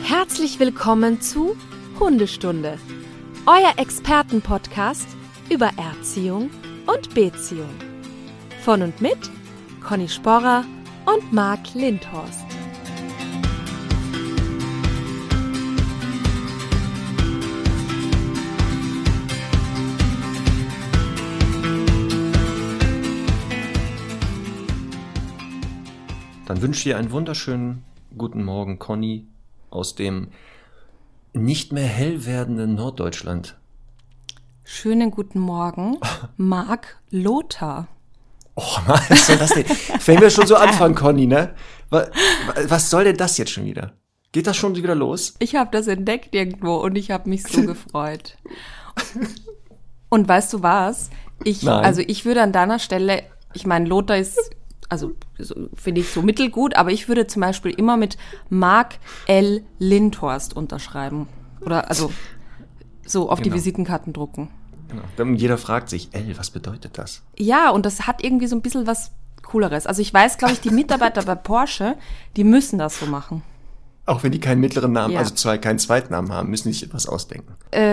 Herzlich willkommen zu Hundestunde, euer Expertenpodcast über Erziehung und Beziehung. Von und mit Conny Sporrer und Marc Lindhorst. Dann wünsche ich dir einen wunderschönen guten Morgen, Conny, aus dem nicht mehr hell werdenden Norddeutschland. Schönen guten Morgen, Marc Lothar. Oh Mann, was soll das denn? Wenn wir schon so anfangen, Conny, ne? Was soll denn das jetzt schon wieder? Geht das schon wieder los? Ich habe das entdeckt irgendwo und ich habe mich so gefreut. Und weißt du was? Ich würde an deiner Stelle, ich meine, Lothar ist... Also finde ich so mittelgut, aber ich würde zum Beispiel immer mit Marc L. Lindhorst unterschreiben. Oder also so auf die Visitenkarten drucken. Genau. Dann jeder fragt sich, was bedeutet das? Ja, und das hat irgendwie so ein bisschen was Cooleres. Also ich weiß, glaube ich, die Mitarbeiter bei Porsche, die müssen das so machen. Auch wenn die keinen mittleren Namen, also keinen Zweitnamen haben, müssen sich etwas ausdenken.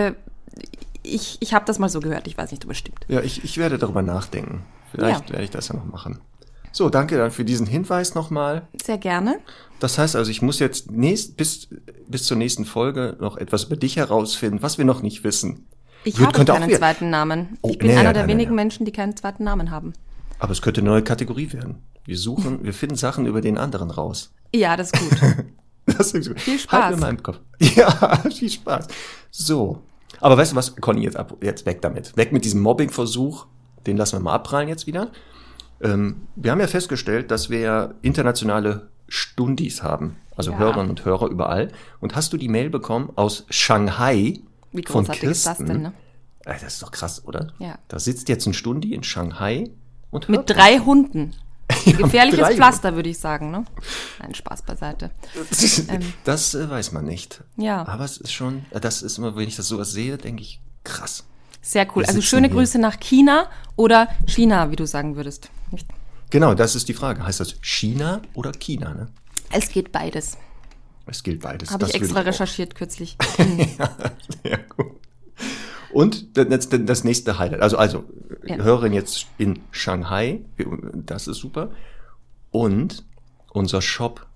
Ich habe das mal so gehört, ich weiß nicht, ob es stimmt. Ja, ich werde darüber nachdenken. Vielleicht werde ich das ja noch machen. So, danke dann für diesen Hinweis nochmal. Sehr gerne. Das heißt also, ich muss jetzt bis zur nächsten Folge noch etwas über dich herausfinden, was wir noch nicht wissen. Ich habe keinen zweiten Namen. Ich bin einer der wenigen Menschen, die keinen zweiten Namen haben. Aber es könnte eine neue Kategorie werden. Wir finden Sachen über den anderen raus. Ja, das ist gut. Das ist gut. Viel Spaß. Halt mir mal im Kopf. Ja, viel Spaß. So. Aber weißt du was, Conny, jetzt weg damit. Weg mit diesem Mobbing-Versuch. Den lassen wir mal abprallen jetzt wieder. Wir haben ja festgestellt, dass wir ja internationale Stundis haben, also Hörerinnen und Hörer überall. Und hast du die Mail bekommen aus Shanghai Wie von großartig Kirsten? ist das denn, ne? Das ist doch krass, oder? Ja. Da sitzt jetzt ein Stundi in Shanghai und mit hört 3 Hunden. Gefährliches mit 3 Pflaster, würde ich sagen, ne? Nein, Spaß beiseite. Das weiß man nicht. Ja. Aber es ist schon, das ist immer, wenn ich das sowas sehe, denke ich, krass. Sehr cool. Also schöne Grüße nach China oder China, wie du sagen würdest. Genau, das ist die Frage. Heißt das China oder China, ne? Es geht beides. Es gilt beides. Habe ich extra recherchiert kürzlich. Ja, sehr gut. Und das nächste Highlight. Also Hörerin jetzt in Shanghai, das ist super. Und unser Shop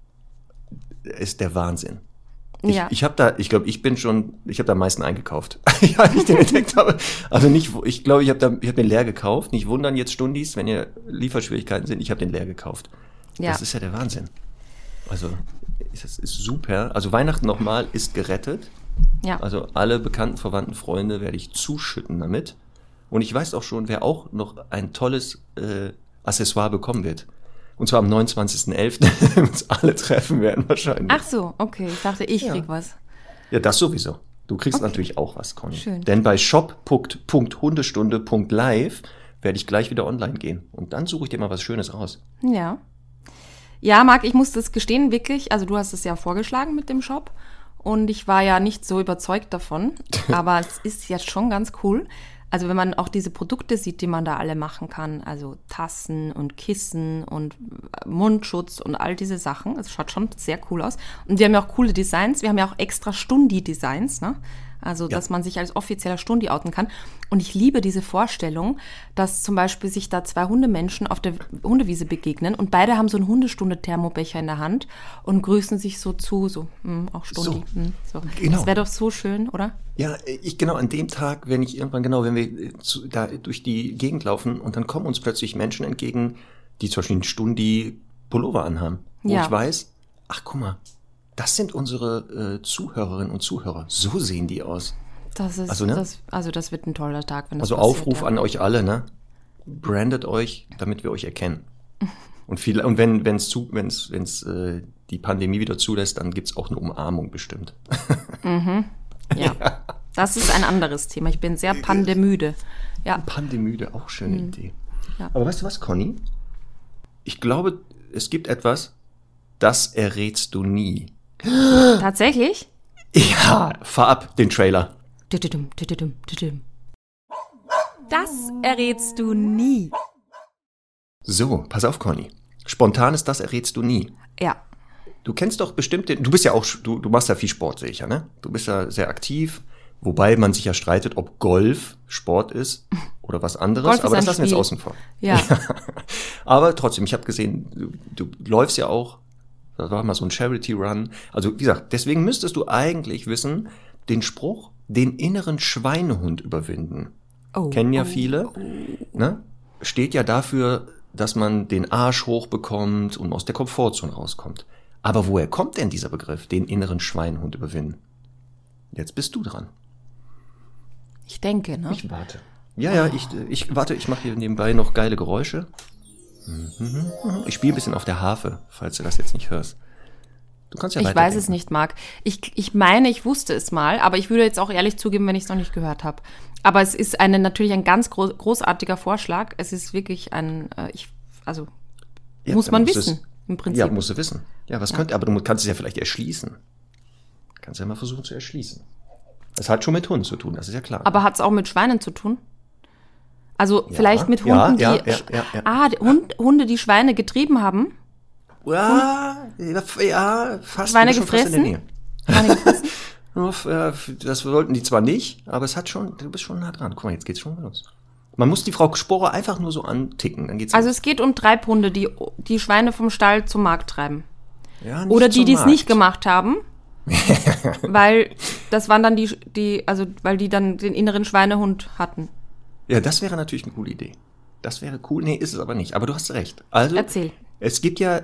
ist der Wahnsinn. Ich habe da am meisten eingekauft. Ja, ich den entdeckt habe. Also ich glaube, ich habe den leer gekauft. Nicht wundern jetzt Stundis, wenn ihr Lieferschwierigkeiten sind. Ich habe den leer gekauft. Ja. Das ist ja der Wahnsinn. Also, das ist super. Also Weihnachten nochmal ist gerettet. Ja. Also alle bekannten, Verwandten, Freunde werde ich zuschütten damit. Und ich weiß auch schon, wer auch noch ein tolles Accessoire bekommen wird. Und zwar am 29.11., wenn wir uns alle treffen werden wahrscheinlich. Ach so, okay. Ich dachte, ich krieg was. Ja, das sowieso. Du kriegst natürlich auch was, Conny. Schön. Denn bei shop.hundestunde.live werde ich gleich wieder online gehen. Und dann suche ich dir mal was Schönes raus. Ja. Ja, Marc, ich muss das gestehen, wirklich. Also du hast es ja vorgeschlagen mit dem Shop. Und ich war ja nicht so überzeugt davon. Aber es ist jetzt schon ganz cool. Also wenn man auch diese Produkte sieht, die man da alle machen kann, also Tassen und Kissen und Mundschutz und all diese Sachen, es schaut schon sehr cool aus. Und wir haben ja auch coole Designs, wir haben ja auch extra Stundi-Designs, ne? Also dass man sich als offizieller Stundi outen kann. Und ich liebe diese Vorstellung, dass zum Beispiel sich da 2 Hundemenschen auf der Hundewiese begegnen und beide haben so einen Hundestunde-Thermobecher in der Hand und grüßen sich so zu, auch Stundi. So. Genau. Das wäre doch so schön, oder? Ja, an dem Tag, wenn wir da durch die Gegend laufen und dann kommen uns plötzlich Menschen entgegen, die zum Beispiel einen Stundi-Pullover anhaben. Wo ich weiß, ach guck mal, das sind unsere Zuhörerinnen und Zuhörer. So sehen die aus. Das ist, das wird ein toller Tag, wenn das passiert. Also Aufruf an euch alle, ne? Brandet euch, damit wir euch erkennen. Und wenn die Pandemie wieder zulässt, dann gibt's auch eine Umarmung bestimmt. Mhm. Ja. Das ist ein anderes Thema. Ich bin sehr pandemüde. Ja. Pandemüde, auch schöne Idee. Ja. Aber weißt du was, Conny? Ich glaube, es gibt etwas, das errätst du nie. Tatsächlich? Ja, fahr ab, den Trailer. Das errätst du nie. So, pass auf, Conny. Spontanes, das errätst du nie. Ja. Du kennst doch bestimmt du bist ja auch, du machst ja viel Sport, sehe ich ja, ne? Du bist ja sehr aktiv, wobei man sich ja streitet, ob Golf Sport ist oder was anderes, Golf ist aber das ein lassen wir jetzt Spiel. außen vor. Ja. Aber trotzdem, ich habe gesehen, du läufst ja auch, das war mal so ein Charity-Run. Also wie gesagt, deswegen müsstest du eigentlich wissen, den Spruch, den inneren Schweinehund überwinden. Kennen ja viele, ne? Steht ja dafür, dass man den Arsch hochbekommt und aus der Komfortzone rauskommt. Aber woher kommt denn dieser Begriff, den inneren Schweinehund überwinden? Jetzt bist du dran. Ich denke, ne? Ich warte. Ja, ich warte, ich mache hier nebenbei noch geile Geräusche. Ich spiele ein bisschen auf der Harfe, falls du das jetzt nicht hörst. Du kannst ja Ich weiterdenken. weiß es nicht, Marc. Ich meine, ich wusste es mal, aber ich würde jetzt auch ehrlich zugeben, wenn ich es noch nicht gehört habe. Aber es ist natürlich ein ganz großartiger Vorschlag. Es ist wirklich muss man wissen, im Prinzip. Ja, musst du wissen. Ja, aber du kannst es ja vielleicht erschließen. Kannst ja mal versuchen zu erschließen. Das hat schon mit Hunden zu tun, das ist ja klar. Aber hat es auch mit Schweinen zu tun? Also vielleicht mit Hunden, Hunde, die Schweine getrieben haben? Ja, fast. Schweine gefressen? Schweine gefressen? Das wollten die zwar nicht, aber du bist schon nah dran. Guck mal, jetzt geht's schon los. Man muss die Frau Sporer einfach nur so anticken, dann geht's Also los. es geht um Treibhunde, die Schweine vom Stall zum Markt treiben. Ja, nicht Oder die zum es Markt. nicht gemacht haben, weil das waren dann weil die dann den inneren Schweinehund hatten. Ja, das wäre natürlich eine coole Idee. Das wäre cool. Nee, ist es aber nicht. Aber du hast recht. Also, Erzähl. Es gibt ja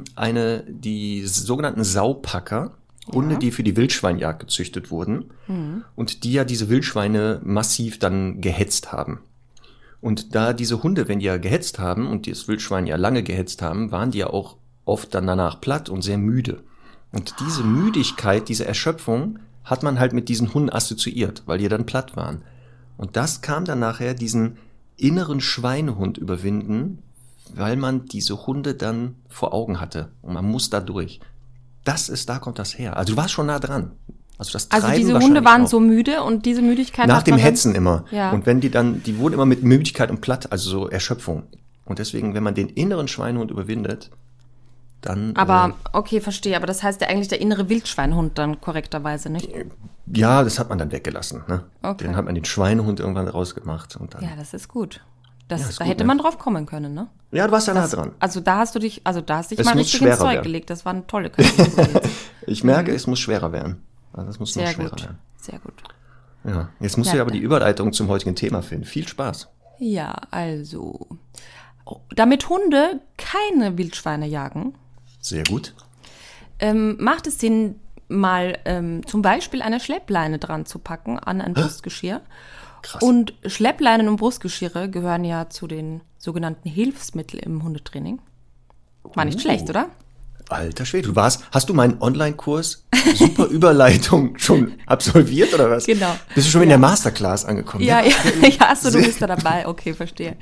die sogenannten Saupacker, Hunde, die für die Wildschweinjagd gezüchtet wurden und die ja diese Wildschweine massiv dann gehetzt haben. Und da diese Hunde, wenn die ja gehetzt haben und das Wildschwein ja lange gehetzt haben, waren die ja auch oft dann danach platt und sehr müde. Und diese Müdigkeit, diese Erschöpfung hat man halt mit diesen Hunden assoziiert, weil die dann platt waren. Und das kam dann nachher diesen inneren Schweinehund überwinden, weil man diese Hunde dann vor Augen hatte. Und man muss da durch. Da kommt das her. Also du warst schon nah dran. Also diese Hunde waren so müde und diese Müdigkeit nach dem Hetzen immer. Ja. Und wenn die wurden immer mit Müdigkeit und platt, also so Erschöpfung. Und deswegen, wenn man den inneren Schweinehund überwindet, dann... Aber, okay, verstehe. Aber das heißt ja eigentlich der innere Wildschweinhund dann korrekterweise, nicht? Ja, das hat man dann weggelassen. Ne? Okay. Dann hat man den Schweinehund irgendwann rausgemacht. Und dann, Ja, das ist gut. Ja, ist Da gut, hätte ne? man drauf kommen können, ne? Ja, du warst ja nah dran. Also da hast du dich Es mal muss richtig ins schwerer Zeug werden. gelegt. Das war eine tolle Kategorie. Ich merke, es muss schwerer werden. Also das muss noch Sehr schwerer gut, werden. sehr gut. Ja, jetzt musst du ja aber die Überleitung zum heutigen Thema finden. Viel Spaß. Ja, also, damit Hunde keine Wildschweine jagen, Sehr gut. macht es Sinn, mal zum Beispiel eine Schleppleine dran zu packen an ein Brustgeschirr. Krass. Und Schleppleinen und Brustgeschirre gehören ja zu den sogenannten Hilfsmitteln im Hundetraining. War nicht schlecht, oder? Alter Schwede, hast du meinen Online-Kurs Super Überleitung schon absolviert oder was? Genau. Bist du schon in der Masterclass angekommen? Ja, achso, du bist da dabei. Okay, verstehe.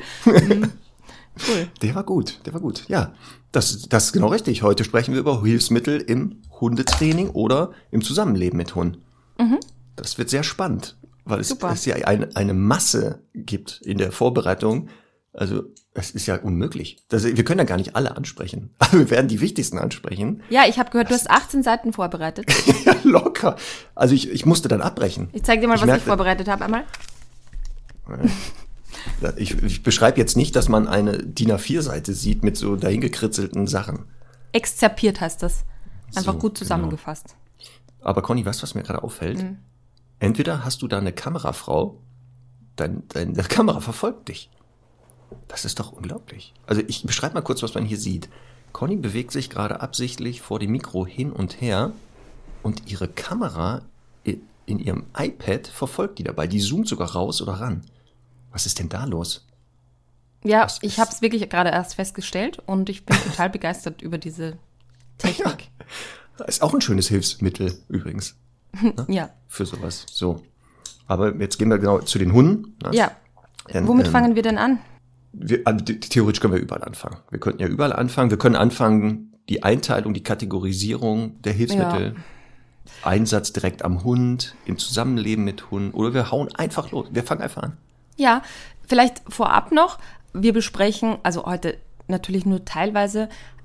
Cool. Der war gut. Ja, das ist genau richtig. Heute sprechen wir über Hilfsmittel im Hundetraining oder im Zusammenleben mit Hunden. Das wird sehr spannend, weil es ja eine Masse gibt in der Vorbereitung. Also es ist ja unmöglich. Wir können ja gar nicht alle ansprechen, aber wir werden die wichtigsten ansprechen. Ja, ich habe gehört, du hast 18 Seiten vorbereitet. Ja, locker. Also ich musste dann abbrechen. Ich zeige dir mal, was ich vorbereitet habe einmal. Ich beschreibe jetzt nicht, dass man eine DIN A4-Seite sieht mit so dahingekritzelten Sachen. Exzerpiert heißt das. Einfach So, gut zusammengefasst. Genau. Aber Conny, weißt du, was mir gerade auffällt? Entweder hast du da eine Kamerafrau, deine Kamera verfolgt dich. Das ist doch unglaublich. Also ich beschreibe mal kurz, was man hier sieht. Conny bewegt sich gerade absichtlich vor dem Mikro hin und her und ihre Kamera in ihrem iPad verfolgt die dabei. Die zoomt sogar raus oder ran. Was ist denn da los? Ja, ich habe es wirklich gerade erst festgestellt und ich bin total begeistert über diese Technik. Ja, ist auch ein schönes Hilfsmittel übrigens. Ne? Ja. Für sowas. So. Aber jetzt gehen wir genau zu den Hunden. Ne? Ja. Denn, womit fangen wir denn an? Theoretisch können wir überall anfangen. Wir könnten ja überall anfangen. Wir können anfangen, die Einteilung, die Kategorisierung der Hilfsmittel, Einsatz direkt am Hund, im Zusammenleben mit Hunden. Oder wir hauen einfach los. Wir fangen einfach an. Ja, vielleicht vorab noch, wir besprechen, also heute natürlich nur teilweise,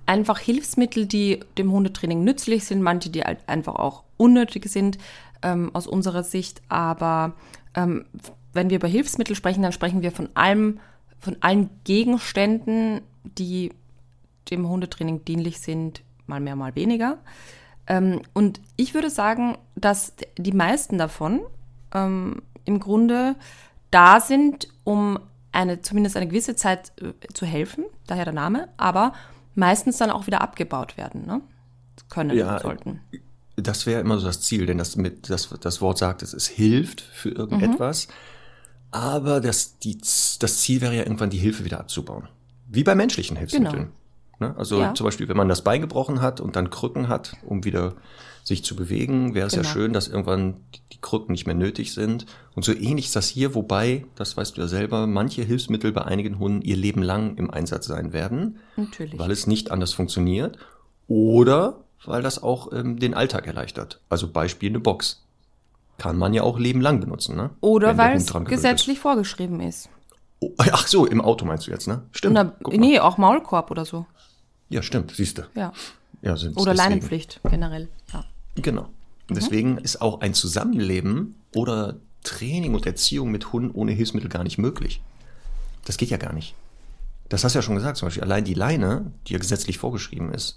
einfach Hilfsmittel, die dem Hundetraining nützlich sind, manche, die halt einfach auch unnötig sind aus unserer Sicht. Aber wenn wir über Hilfsmittel sprechen, dann sprechen wir von allen Gegenständen, die dem Hundetraining dienlich sind, mal mehr, mal weniger. Und ich würde sagen, dass die meisten davon im Grunde da sind, um zumindest eine gewisse Zeit zu helfen, daher der Name, aber meistens dann auch wieder abgebaut werden, ne? Sollten. Das wäre immer so das Ziel, denn das Wort sagt, es hilft für irgendetwas, aber das Ziel wäre ja irgendwann, die Hilfe wieder abzubauen. Wie bei menschlichen Hilfsmitteln. Genau. Ne? Also zum Beispiel, wenn man das Bein gebrochen hat und dann Krücken hat, um wieder sich zu bewegen, wäre es ja schön, dass irgendwann die Krücken nicht mehr nötig sind. Und so ähnlich ist das hier, wobei, das weißt du ja selber, manche Hilfsmittel bei einigen Hunden ihr Leben lang im Einsatz sein werden. Natürlich. Weil es nicht anders funktioniert oder weil das auch den Alltag erleichtert. Also Beispiel eine Box. Kann man ja auch lebenlang benutzen, ne? Oder weil es gesetzlich vorgeschrieben ist. Oh, ach so, im Auto meinst du jetzt, ne? Stimmt. Nee, auch Maulkorb oder so. Ja, stimmt, siehst du. Ja. Ja, oder Leinenpflicht generell, ja. Genau. Und deswegen ist auch ein Zusammenleben oder Training und Erziehung mit Hunden ohne Hilfsmittel gar nicht möglich. Das geht ja gar nicht. Das hast du ja schon gesagt, zum Beispiel allein die Leine, die ja gesetzlich vorgeschrieben ist,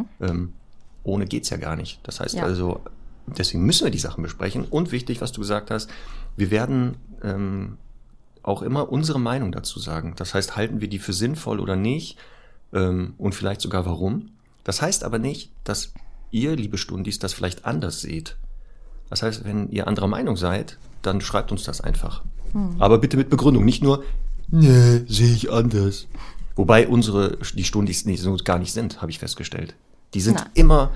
ohne geht's ja gar nicht. Das heißt also, deswegen müssen wir die Sachen besprechen. Und wichtig, was du gesagt hast, wir werden auch immer unsere Meinung dazu sagen. Das heißt, halten wir die für sinnvoll oder nicht und vielleicht sogar warum. Das heißt aber nicht, dass ihr, liebe Stundis, das vielleicht anders seht. Das heißt, wenn ihr anderer Meinung seid, dann schreibt uns das einfach. Aber bitte mit Begründung, nicht nur, nee, sehe ich anders. Wobei die Stundis so gar nicht sind, habe ich festgestellt. Die sind immer,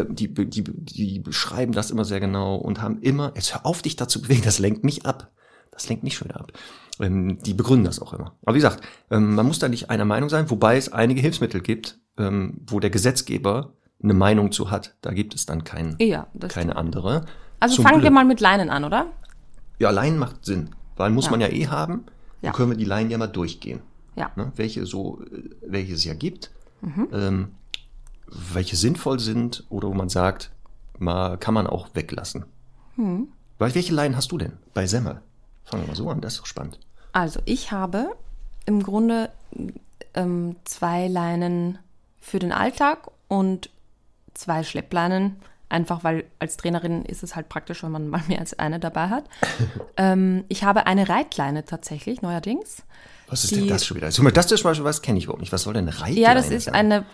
die beschreiben das immer sehr genau und haben immer, jetzt hör auf, dich dazu bewegen, das lenkt mich ab. Das lenkt mich schon wieder ab. Die begründen das auch immer. Aber wie gesagt, man muss da nicht einer Meinung sein, wobei es einige Hilfsmittel gibt, wo der Gesetzgeber eine Meinung zu hat. Da gibt es dann keine andere. Also fangen wir mal mit Leinen an, oder? Ja, Leinen macht Sinn, weil muss man ja haben. Dann können wir die Leinen ja mal durchgehen. Ja. Ne? Welche es ja gibt, welche sinnvoll sind oder wo man sagt, kann man auch weglassen. Welche Leinen hast du denn bei Semmel? Fangen wir mal so an, das ist doch spannend. Also ich habe im Grunde 2 Leinen für den Alltag und 2 Schleppleinen, einfach weil als Trainerin ist es halt praktisch, wenn man mal mehr als eine dabei hat. Ich habe eine Reitleine tatsächlich, neuerdings. Was ist denn das schon wieder? Das zum Beispiel, was kenne ich überhaupt nicht. Was soll denn eine Reitleine sein? Ja, das ist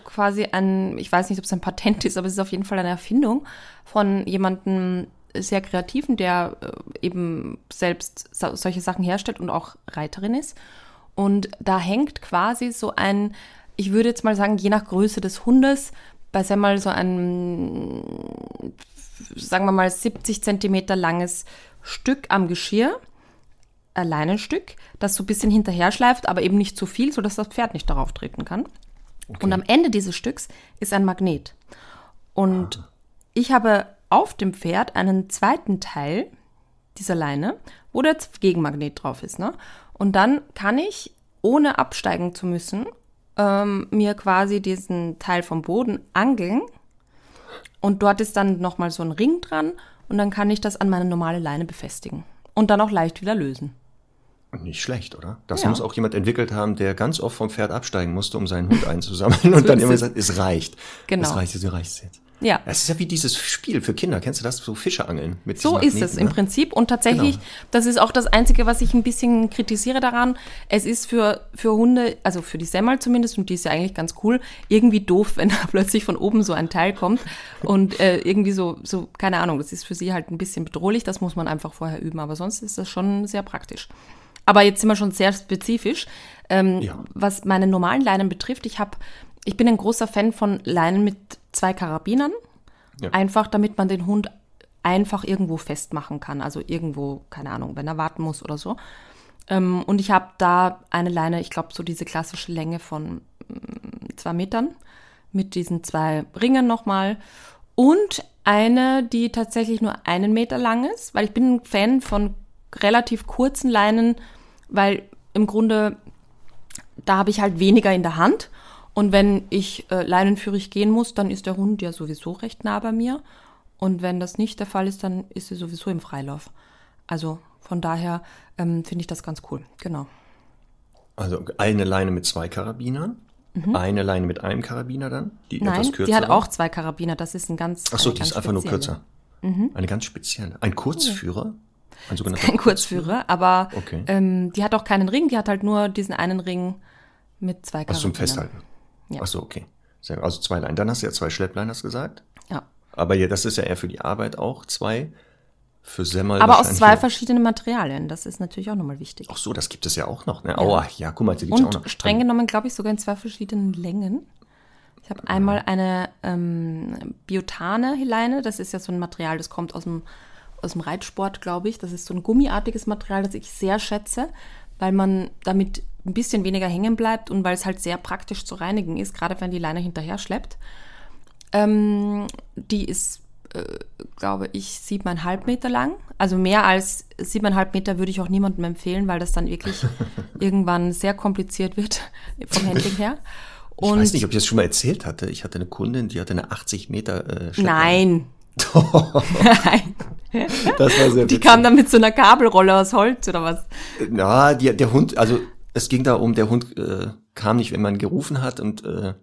ich weiß nicht, ob es ein Patent ist, aber es ist auf jeden Fall eine Erfindung von jemandem sehr Kreativen, der eben selbst solche Sachen herstellt und auch Reiterin ist. Und da hängt quasi so ich würde jetzt mal sagen, je nach Größe des Hundes, bei Semmel so ein, sagen wir mal, 70 Zentimeter langes Stück am Geschirr, ein Leinenstück, das so ein bisschen hinterher schleift, aber eben nicht zu viel, sodass das Pferd nicht darauf treten kann. Okay. Und am Ende dieses Stücks ist ein Magnet. Und ich habe auf dem Pferd einen zweiten Teil dieser Leine, wo der Gegenmagnet drauf ist, ne? Und dann kann ich, ohne absteigen zu müssen, mir quasi diesen Teil vom Boden angeln und dort ist dann nochmal so ein Ring dran und dann kann ich das an meine normale Leine befestigen und dann auch leicht wieder lösen. Nicht schlecht, oder? Das muss auch jemand entwickelt haben, der ganz oft vom Pferd absteigen musste, um seinen Hund einzusammeln und dann immer gesagt, es reicht. Genau. Es reicht jetzt. Ja. Es ist ja wie dieses Spiel für Kinder. Kennst du das? So Fische angeln. Mit so ist es im Prinzip. Und tatsächlich, das ist auch das Einzige, was ich ein bisschen kritisiere daran. Es ist für Hunde, also für die Semmel zumindest, und die ist ja eigentlich ganz cool, irgendwie doof, wenn da plötzlich von oben so ein Teil kommt. Und irgendwie so, keine Ahnung, das ist für sie halt ein bisschen bedrohlich. Das muss man einfach vorher üben. Aber sonst ist das schon sehr praktisch. Aber jetzt sind wir schon sehr spezifisch. Was meine normalen Leinen betrifft, ich bin ein großer Fan von Leinen mit 2 Karabinern. Ja. Einfach, damit man den Hund einfach irgendwo festmachen kann. Also irgendwo, keine Ahnung, wenn er warten muss oder so. Und ich habe da eine Leine, ich glaube, so diese klassische Länge von 2 Metern mit diesen 2 Ringen nochmal. Und eine, die tatsächlich nur 1 Meter lang ist, weil ich bin ein Fan von relativ kurzen Leinen, weil im Grunde, da habe ich halt weniger in der Hand. Und wenn ich leinenführig gehen muss, dann ist der Hund ja sowieso recht nah bei mir. Und wenn das nicht der Fall ist, dann ist sie sowieso im Freilauf. Also von daher finde ich das ganz cool, genau. Also eine Leine mit 2 Karabinern, eine Leine mit einem Karabiner dann, die Nein, etwas kürzer. die hat auch 2 Karabiner, das ist ein ganz Ach so, die ganz ist einfach nur spezielle. kürzer. Eine ganz spezielle. Ein Kurzführer? Ein sogenannter Kein Kurzführer, aber Okay. die hat auch keinen Ring, die hat halt nur diesen einen Ring mit 2 Also zum Karabinern. Festhalten. Ja. Ach so, okay. Sehr gut. Also 2 Leinen. Dann hast du ja 2 Schleppleinen, hast du gesagt. Ja. Aber ja, das ist ja eher für die Arbeit auch 2. Für Semmel Aber aus wahrscheinlich 2 nur- verschiedenen Materialien, das ist natürlich auch nochmal wichtig. Ach so, das gibt es ja auch noch. Ne? Aua, ja, guck mal, die gibt's auch noch. Und streng genommen, glaube ich, sogar in 2 verschiedenen Längen. Ich habe einmal eine Biotane-Leine, das ist ja so ein Material, das kommt aus dem Reitsport, glaube ich. Das ist so ein gummiartiges Material, das ich sehr schätze, weil man damit ein bisschen weniger hängen bleibt und weil es halt sehr praktisch zu reinigen ist, gerade wenn die Leine hinterher schleppt. Die ist, glaube ich, 7,5 Meter lang. Also mehr als 7,5 Meter würde ich auch niemandem empfehlen, weil das dann wirklich irgendwann sehr kompliziert wird vom Handling her. Ich weiß nicht, ob ich das schon mal erzählt hatte. Ich hatte eine Kundin, die hatte eine 80 Meter Schleppleine. Nein. Nein. Das war sehr Die witzig. kam dann mit so einer Kabelrolle aus Holz oder was? Ja, der Hund, also es ging darum, der Hund kam nicht, wenn man gerufen hat und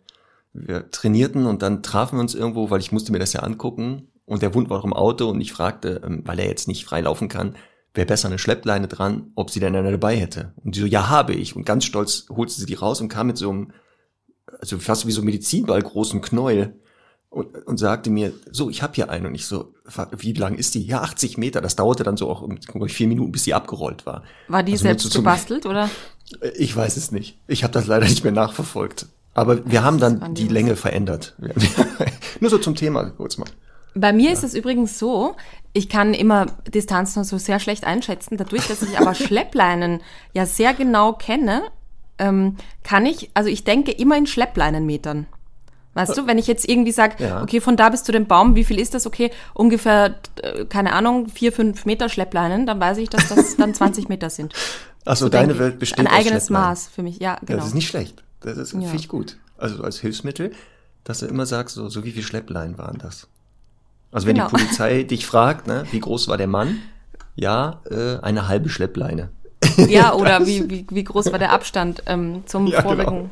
wir trainierten und dann trafen wir uns irgendwo, weil ich musste mir das ja angucken und der Hund war auch im Auto und ich fragte, weil er jetzt nicht frei laufen kann, wäre besser eine Schleppleine dran, ob sie denn eine dabei hätte. Und die so, ja, habe ich. Und ganz stolz holte sie die raus und kam mit so einem, also fast wie so einem Medizinball großen Knäuel und sagte mir, so, ich habe hier einen. Und ich so, wie lang ist die? Ja, 80 Meter. Das dauerte dann so auch 4 Minuten, bis sie abgerollt war. War die Also nur selbst gebastelt, oder? Ich weiß es nicht. Ich habe das leider nicht mehr nachverfolgt. Aber wir haben dann die Länge verändert. Nur so zum Thema kurz mal. Bei mir ist es übrigens so, ich kann immer Distanzen so sehr schlecht einschätzen. Dadurch, dass ich aber Schleppleinen ja sehr genau kenne, kann ich, also ich denke immer in Schleppleinenmetern. Weißt du, wenn ich jetzt irgendwie sage, Ja. okay, von da bis zu dem Baum, wie viel ist das? Okay, ungefähr, keine Ahnung, 4-5 Meter Schleppleinen, dann weiß ich, dass das dann 20 Meter sind. Achso, So deine denke ich. Welt besteht Ein aus eigenes Schleppleinen. Maß für mich, ja, genau. Das ist nicht schlecht. Das ist, finde ich gut. Also als Hilfsmittel, dass du immer sagst, so wie viele Schleppleinen waren das? Also wenn Genau. die Polizei dich fragt, ne, wie groß war der Mann? Ja, eine halbe Schleppleine. Ja, oder wie groß war der Abstand zum Ja, vorverrannten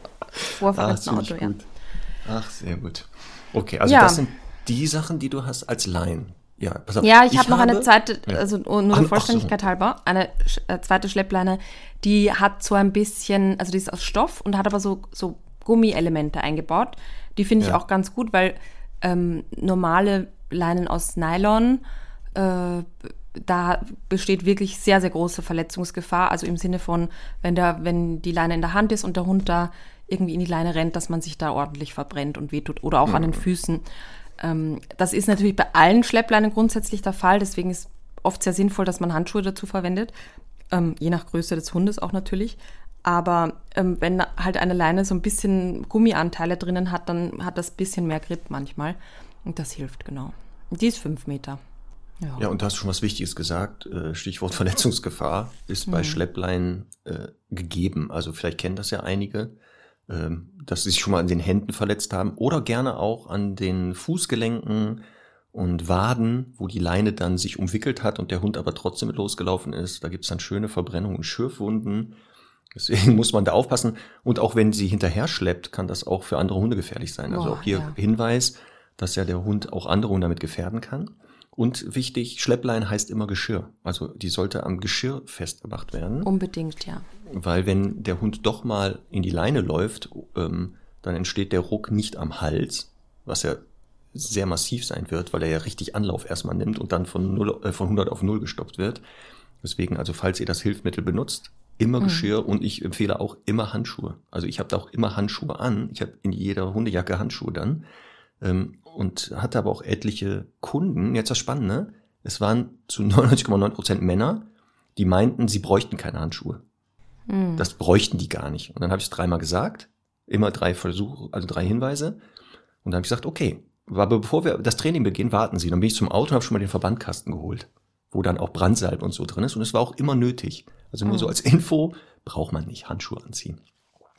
das finde Auto, ich ja. gut. Ach, sehr gut. Okay, also Ja. das sind die Sachen, die du hast als Laien. Ja, pass auf. Ja, ich habe noch eine zweite, Ja. also nur Ach, der ach Vollständigkeit halber, eine zweite Schleppleine, die hat so ein bisschen, also die ist aus Stoff und hat aber so Gummielemente eingebaut. Die finde ich Ja. auch ganz gut, weil normale Leinen aus Nylon, da besteht wirklich sehr, sehr große Verletzungsgefahr. Also im Sinne von, wenn die Leine in der Hand ist und der Hund da irgendwie in die Leine rennt, dass man sich da ordentlich verbrennt und wehtut oder auch an den Füßen. Das ist natürlich bei allen Schleppleinen grundsätzlich der Fall. Deswegen ist oft sehr sinnvoll, dass man Handschuhe dazu verwendet. Je nach Größe des Hundes auch natürlich. Aber wenn halt eine Leine so ein bisschen Gummianteile drinnen hat, dann hat das ein bisschen mehr Grip manchmal. Und das hilft, genau. Und die ist 5 Meter. Ja, und du hast schon was Wichtiges gesagt. Stichwort Verletzungsgefahr ist bei Schleppleinen gegeben. Also vielleicht kennen das ja einige, dass sie sich schon mal an den Händen verletzt haben oder gerne auch an den Fußgelenken und Waden, wo die Leine dann sich umwickelt hat und der Hund aber trotzdem mit losgelaufen ist. Da gibt's dann schöne Verbrennungen und Schürfwunden. Deswegen muss man da aufpassen. Und auch wenn sie hinterher schleppt, kann das auch für andere Hunde gefährlich sein. Also Boah, auch hier ja. Hinweis, dass ja der Hund auch andere Hunde damit gefährden kann. Und wichtig, Schlepplein heißt immer Geschirr. Also die sollte am Geschirr festgemacht werden. Unbedingt, ja. Weil wenn der Hund doch mal in die Leine läuft, dann entsteht der Ruck nicht am Hals, was ja sehr massiv sein wird, weil er ja richtig Anlauf erstmal nimmt und dann von 100 auf 0 gestoppt wird. Deswegen, also falls ihr das Hilfsmittel benutzt, immer Geschirr und ich empfehle auch immer Handschuhe. Also ich habe da auch immer Handschuhe an. Ich habe in jeder Hundejacke Handschuhe dann. Und hatte aber auch etliche Kunden, jetzt das Spannende, es waren zu 99,9% Männer, die meinten, sie bräuchten keine Handschuhe. Das bräuchten die gar nicht. Und dann habe ich es 3-mal gesagt, immer 3 Versuche, also 3 Hinweise. Und dann habe ich gesagt, okay, aber bevor wir das Training beginnen, warten Sie. Dann bin ich zum Auto und habe schon mal den Verbandkasten geholt, wo dann auch Brandsalbe und so drin ist. Und es war auch immer nötig. Also nur so als Info, braucht man nicht Handschuhe anziehen.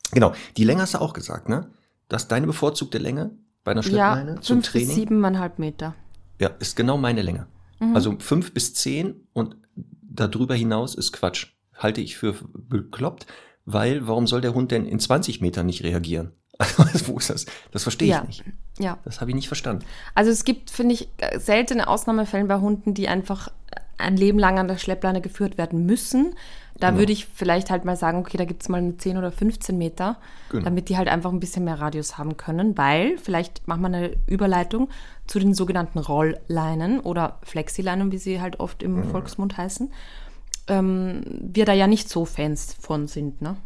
Genau, die Länge hast du auch gesagt, ne? Das ist deine bevorzugte Länge bei einer Schleppleine zum 5 Training? bis 7,5 Meter. Ja, ist genau meine Länge. Also 5 bis 10 und darüber hinaus ist Quatsch. Halte ich für bekloppt, weil warum soll der Hund denn in 20 Metern nicht reagieren? Also, wo ist das? Das verstehe ich nicht. Ja. Das habe ich nicht verstanden. Also es gibt, finde ich, seltene Ausnahmefälle bei Hunden, die einfach ein Leben lang an der Schleppleine geführt werden müssen. Da würde ich vielleicht halt mal sagen, okay, da gibt es mal eine 10 oder 15 Meter, damit die halt einfach ein bisschen mehr Radius haben können, weil, vielleicht machen wir eine Überleitung zu den sogenannten Rollleinen oder Flexileinen, wie sie halt oft im Volksmund heißen, wir da ja nicht so Fans von sind, ne?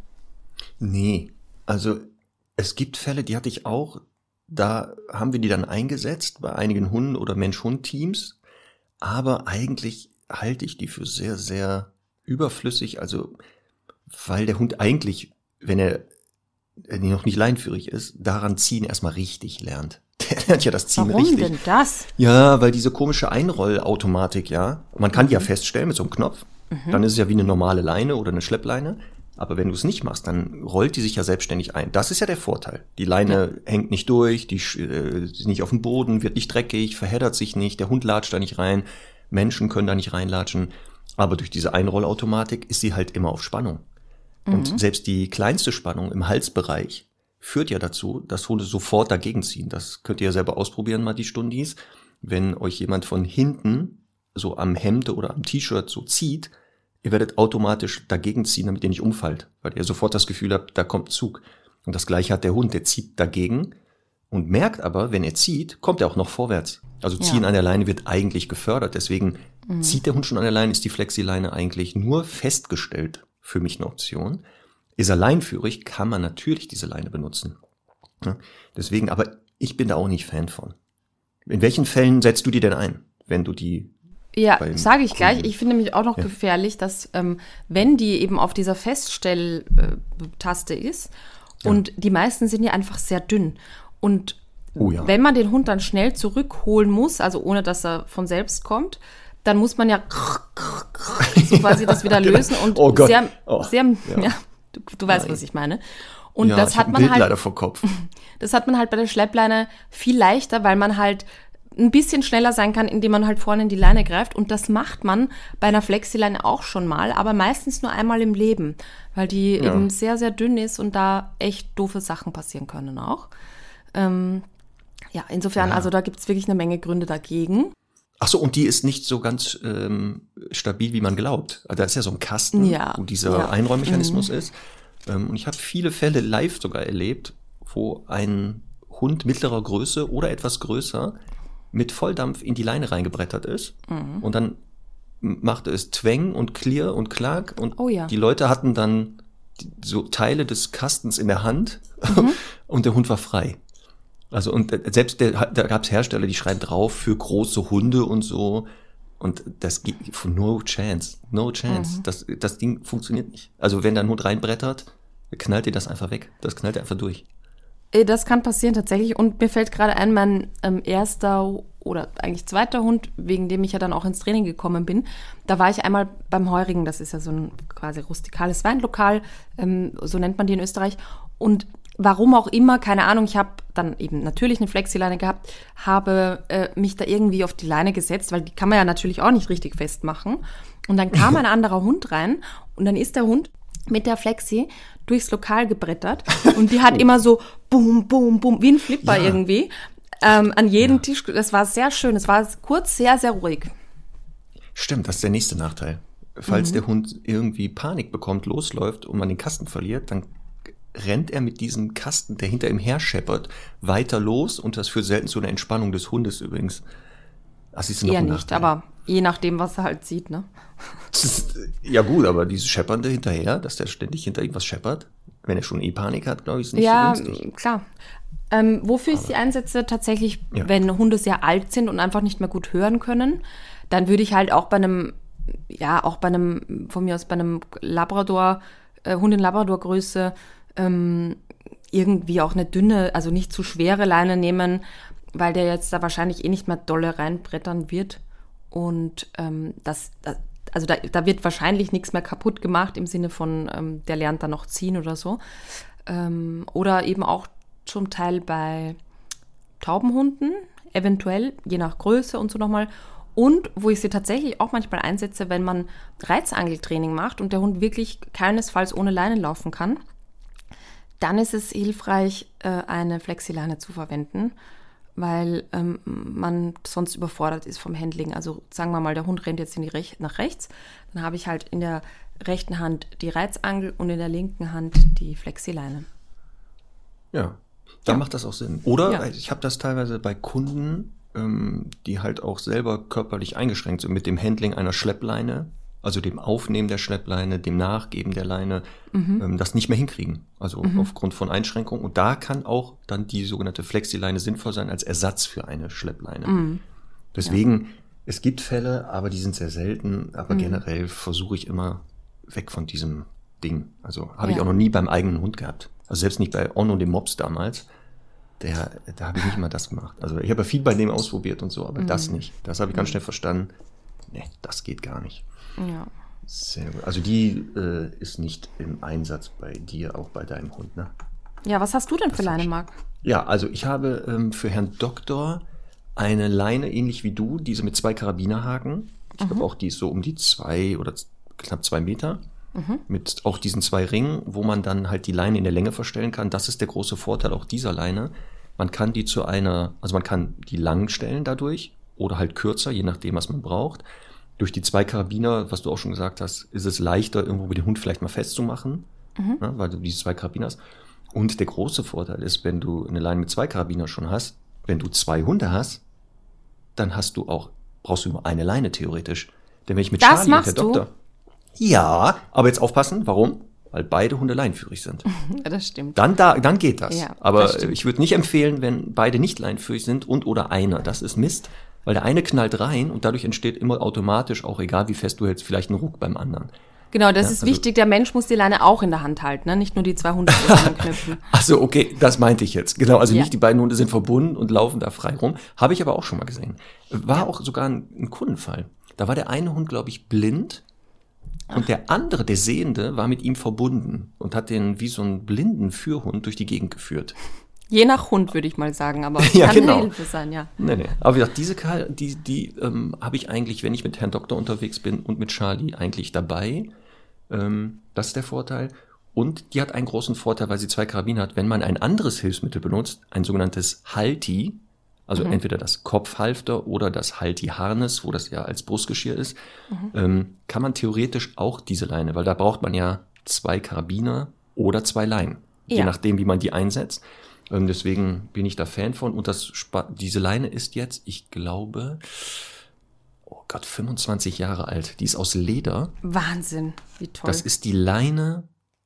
Nee, also es gibt Fälle, die hatte ich auch, da haben wir die dann eingesetzt bei einigen Hunden- oder Mensch-Hund-Teams, aber eigentlich halte ich die für sehr, sehr überflüssig, also weil der Hund eigentlich, wenn er noch nicht leinenführig ist, daran ziehen erstmal richtig lernt. Der lernt ja das Ziehen Warum richtig. denn das? Ja, weil diese komische Einrollautomatik, ja, man kann die ja feststellen mit so einem Knopf, dann ist es ja wie eine normale Leine oder eine Schleppleine, aber wenn du es nicht machst, dann rollt die sich ja selbstständig ein. Das ist ja der Vorteil. Die Leine hängt nicht durch, die ist nicht auf dem Boden, wird nicht dreckig, verheddert sich nicht, der Hund latscht da nicht rein, Menschen können da nicht reinlatschen. Aber durch diese Einrollautomatik ist sie halt immer auf Spannung. Und selbst die kleinste Spannung im Halsbereich führt ja dazu, dass Hunde sofort dagegen ziehen. Das könnt ihr ja selber ausprobieren, mal die Stundis. Wenn euch jemand von hinten so am Hemd oder am T-Shirt so zieht, ihr werdet automatisch dagegen ziehen, damit ihr nicht umfallt, weil ihr sofort das Gefühl habt, da kommt Zug. Und das Gleiche hat der Hund, der zieht dagegen und merkt aber, wenn er zieht, kommt er auch noch vorwärts. Also Ziehen an der Leine wird eigentlich gefördert, deswegen zieht der Hund schon an der Leine, ist die Flexileine eigentlich nur festgestellt für mich eine Option. Ist er leinenführig, kann man natürlich diese Leine benutzen. Ja, deswegen, aber ich bin da auch nicht Fan von. In welchen Fällen setzt du die denn ein, wenn du die... Ja, sage ich gleich. Ich finde nämlich auch noch gefährlich, dass wenn die eben auf dieser Feststelltaste ist und die meisten sind ja einfach sehr dünn und wenn man den Hund dann schnell zurückholen muss, also ohne dass er von selbst kommt, dann muss man ja so quasi das wieder lösen und sehr, du weißt, was ich meine. Und das hat man halt leider vor Kopf. Das hat man halt bei der Schleppleine viel leichter, weil man halt ein bisschen schneller sein kann, indem man halt vorne in die Leine greift. Und das macht man bei einer Flexileine auch schon mal, aber meistens nur einmal im Leben, weil die eben sehr, sehr dünn ist und da echt doofe Sachen passieren können auch. Insofern, also da gibt es wirklich eine Menge Gründe dagegen. Ach so, und die ist nicht so ganz stabil, wie man glaubt. Also da ist ja so ein Kasten, wo dieser Einrollmechanismus ist. Und ich habe viele Fälle live sogar erlebt, wo ein Hund mittlerer Größe oder etwas größer mit Volldampf in die Leine reingebrettert ist. Und dann machte es Twang und Clear und Clark. Und die Leute hatten dann so Teile des Kastens in der Hand und der Hund war frei. Also und selbst da gab es Hersteller, die schreiben drauf für große Hunde und so. Und das geht no chance. Das Ding funktioniert nicht. Also wenn da ein Hund reinbrettert, knallt ihr das einfach weg. Das knallt er einfach durch. Das kann passieren tatsächlich. Und mir fällt gerade ein, mein erster oder eigentlich zweiter Hund, wegen dem ich ja dann auch ins Training gekommen bin. Da war ich einmal beim Heurigen, das ist ja so ein quasi rustikales Weinlokal, so nennt man die in Österreich. Und warum auch immer, keine Ahnung, ich habe dann eben natürlich eine Flexileine gehabt, habe mich da irgendwie auf die Leine gesetzt, weil die kann man ja natürlich auch nicht richtig festmachen. Und dann kam ein anderer Hund rein und dann ist der Hund mit der Flexi durchs Lokal gebrettert und die hat immer so bum, bum, bum, wie ein Flipper irgendwie an jedem Tisch. Das war sehr schön, es war kurz sehr, sehr ruhig. Stimmt, das ist der nächste Nachteil. Falls der Hund irgendwie Panik bekommt, losläuft und man den Kasten verliert, dann rennt er mit diesem Kasten, der hinter ihm her scheppert, weiter los und das führt selten zu einer Entspannung des Hundes übrigens. Das ist noch eher ein nicht, Nachteil. aber je nachdem, was er halt sieht, ne? Ja gut, aber dieses Scheppernde hinterher, dass der ständig hinter ihm was scheppert, wenn er schon Panik hat, glaube ich, ist nicht so günstig. Ja, klar. Wofür ich sie einsetze, tatsächlich, wenn Hunde sehr alt sind und einfach nicht mehr gut hören können, dann würde ich halt auch bei einem, von mir aus bei einem Labrador, Hund in Labrador-Größe, irgendwie auch eine dünne, also nicht zu schwere Leine nehmen, weil der jetzt da wahrscheinlich eh nicht mehr dolle reinbrettern wird. Und da wird wahrscheinlich nichts mehr kaputt gemacht im Sinne von, der lernt dann noch ziehen oder so. Oder eben auch zum Teil bei Taubenhunden, eventuell, je nach Größe und so nochmal. Und wo ich sie tatsächlich auch manchmal einsetze, wenn man Reizangeltraining macht und der Hund wirklich keinesfalls ohne Leine laufen kann, dann ist es hilfreich, eine Flexileine zu verwenden, weil man sonst überfordert ist vom Handling. Also sagen wir mal, der Hund rennt jetzt nach rechts, dann habe ich halt in der rechten Hand die Reizangel und in der linken Hand die Flexileine. Ja, dann macht das auch Sinn. Oder ich habe das teilweise bei Kunden, die halt auch selber körperlich eingeschränkt sind mit dem Handling einer Schleppleine, also dem Aufnehmen der Schleppleine, dem Nachgeben der Leine, das nicht mehr hinkriegen. Also aufgrund von Einschränkungen. Und da kann auch dann die sogenannte Flexileine sinnvoll sein als Ersatz für eine Schleppleine. Deswegen, es gibt Fälle, aber die sind sehr selten. Aber generell versuche ich immer weg von diesem Ding. Also habe ich auch noch nie beim eigenen Hund gehabt. Also selbst nicht bei Onno, dem Mops damals. Da habe ich nicht mal das gemacht. Also ich habe ja viel bei dem ausprobiert und so, aber das nicht. Das habe ich ganz schnell verstanden. Nee, das geht gar nicht. Ja. Sehr gut. Also die ist nicht im Einsatz bei dir, auch bei deinem Hund, ne? Ja, was hast du denn für Leine, Marc? Ja, also ich habe für Herrn Doktor eine Leine, ähnlich wie du, diese mit 2 Karabinerhaken. Ich glaube auch, die ist so um die 2 oder knapp 2 Meter. Mit auch diesen 2 Ringen, wo man dann halt die Leine in der Länge verstellen kann. Das ist der große Vorteil auch dieser Leine. Man kann die man kann die lang stellen dadurch oder halt kürzer, je nachdem, was man braucht. Durch die 2 Karabiner, was du auch schon gesagt hast, ist es leichter, irgendwo mit dem Hund vielleicht mal festzumachen, weil du diese 2 Karabiner hast. Und der große Vorteil ist, wenn du eine Leine mit 2 Karabiner schon hast, wenn du 2 Hunde hast, dann brauchst du nur eine Leine theoretisch. Denn wenn ich mit Charlie und der Doktor... Ja, aber jetzt aufpassen, warum? Weil beide Hunde leinenführig sind. Ja, das stimmt. Dann geht das. Ja, aber das stimmt. Ich würde nicht empfehlen, wenn beide nicht leinenführig sind oder einer. Das ist Mist, weil der eine knallt rein und dadurch entsteht immer automatisch, auch egal wie fest du hältst, vielleicht ein Ruck beim anderen. Genau, das ist wichtig. Der Mensch muss die Leine auch in der Hand halten, ne? Nicht nur die 2 Hunde zusammenknüpfen. Ach so, okay, das meinte ich jetzt. Genau, also nicht die beiden Hunde sind verbunden und laufen da frei rum. Habe ich aber auch schon mal gesehen. War auch sogar ein Kundenfall. Da war der eine Hund, glaube ich, blind. Und der andere, der Sehende, war mit ihm verbunden und hat den wie so einen blinden Führhund durch die Gegend geführt. Je nach Hund, würde ich mal sagen, aber es Ja, kann genau. eine Hilfe sein, ja. Nee. Aber wie gesagt, diese die habe ich eigentlich, wenn ich mit Herrn Doktor unterwegs bin und mit Charlie, eigentlich dabei. Das ist der Vorteil. Und die hat einen großen Vorteil, weil sie 2 Karabiner hat. Wenn man ein anderes Hilfsmittel benutzt, ein sogenanntes Halti, also entweder das Kopfhalfter oder das Halti-Harness, wo das ja als Brustgeschirr ist, kann man theoretisch auch diese Leine, weil da braucht man ja 2 Karabiner oder 2 Leinen, je nachdem, wie man die einsetzt. Deswegen bin ich da Fan von. Und diese Leine ist jetzt, ich glaube, 25 Jahre alt. Die ist aus Leder. Wahnsinn, wie toll. Das ist die Leine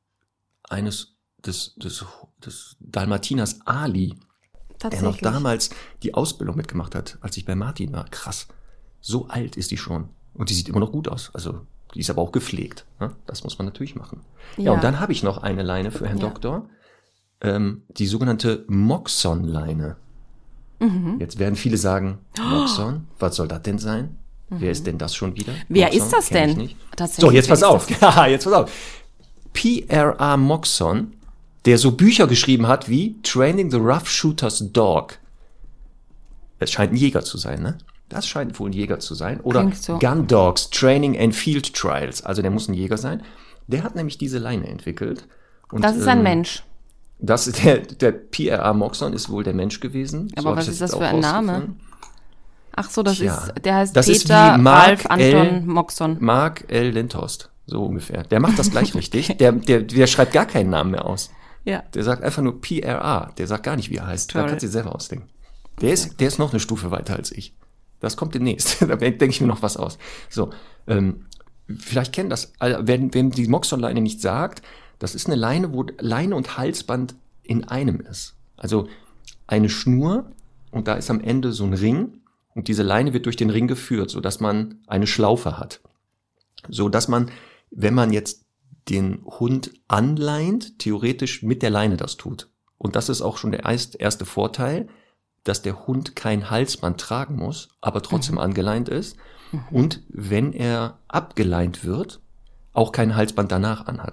des Dalmatiners Ali, der noch damals die Ausbildung mitgemacht hat, als ich bei Martin war. Krass. So alt ist die schon. Und die sieht immer noch gut aus. Also, die ist aber auch gepflegt. Ne? Das muss man natürlich machen. Ja, und dann habe ich noch eine Leine für Herrn Doktor. Die sogenannte Moxon-Leine. Jetzt werden viele sagen, Moxon, was soll das denn sein? Wer ist denn das schon wieder? Wer Moxon, ist das denn? So, jetzt pass auf. Jetzt pass auf. P.R.A. Moxon, der so Bücher geschrieben hat wie Training the Rough Shooter's Dog. Es scheint ein Jäger zu sein, ne? Das scheint wohl ein Jäger zu sein. Oder so. Gun Dogs Training and Field Trials. Also der muss ein Jäger sein. Der hat nämlich diese Leine entwickelt. Und, das ist ein Mensch. Das ist der P.R.A. Moxon ist wohl der Mensch gewesen. Aber so was ist das für ein Name? Ach so, der heißt das Peter Ralf Anton Moxon. Mark L. Lindhorst, so ungefähr. Der macht das gleich richtig. Der schreibt gar keinen Namen mehr aus. Ja. Der sagt einfach nur P.R.A. Der sagt gar nicht, wie er heißt. Toll. Da kannst du dir selber ausdenken. Der ist noch eine Stufe weiter als ich. Das kommt demnächst. Da denke ich mir noch was aus. So, vielleicht kennen das, also wenn die Moxon-Leine nicht sagt, das ist eine Leine, wo Leine und Halsband in einem ist. Also eine Schnur und da ist am Ende so ein Ring und diese Leine wird durch den Ring geführt, sodass man eine Schlaufe hat. Sodass man, wenn man jetzt den Hund anleint, theoretisch mit der Leine das tut. Und das ist auch schon der erste Vorteil, dass der Hund kein Halsband tragen muss, aber trotzdem angeleint ist. Und wenn er abgeleint wird, auch kein Halsband danach anhat.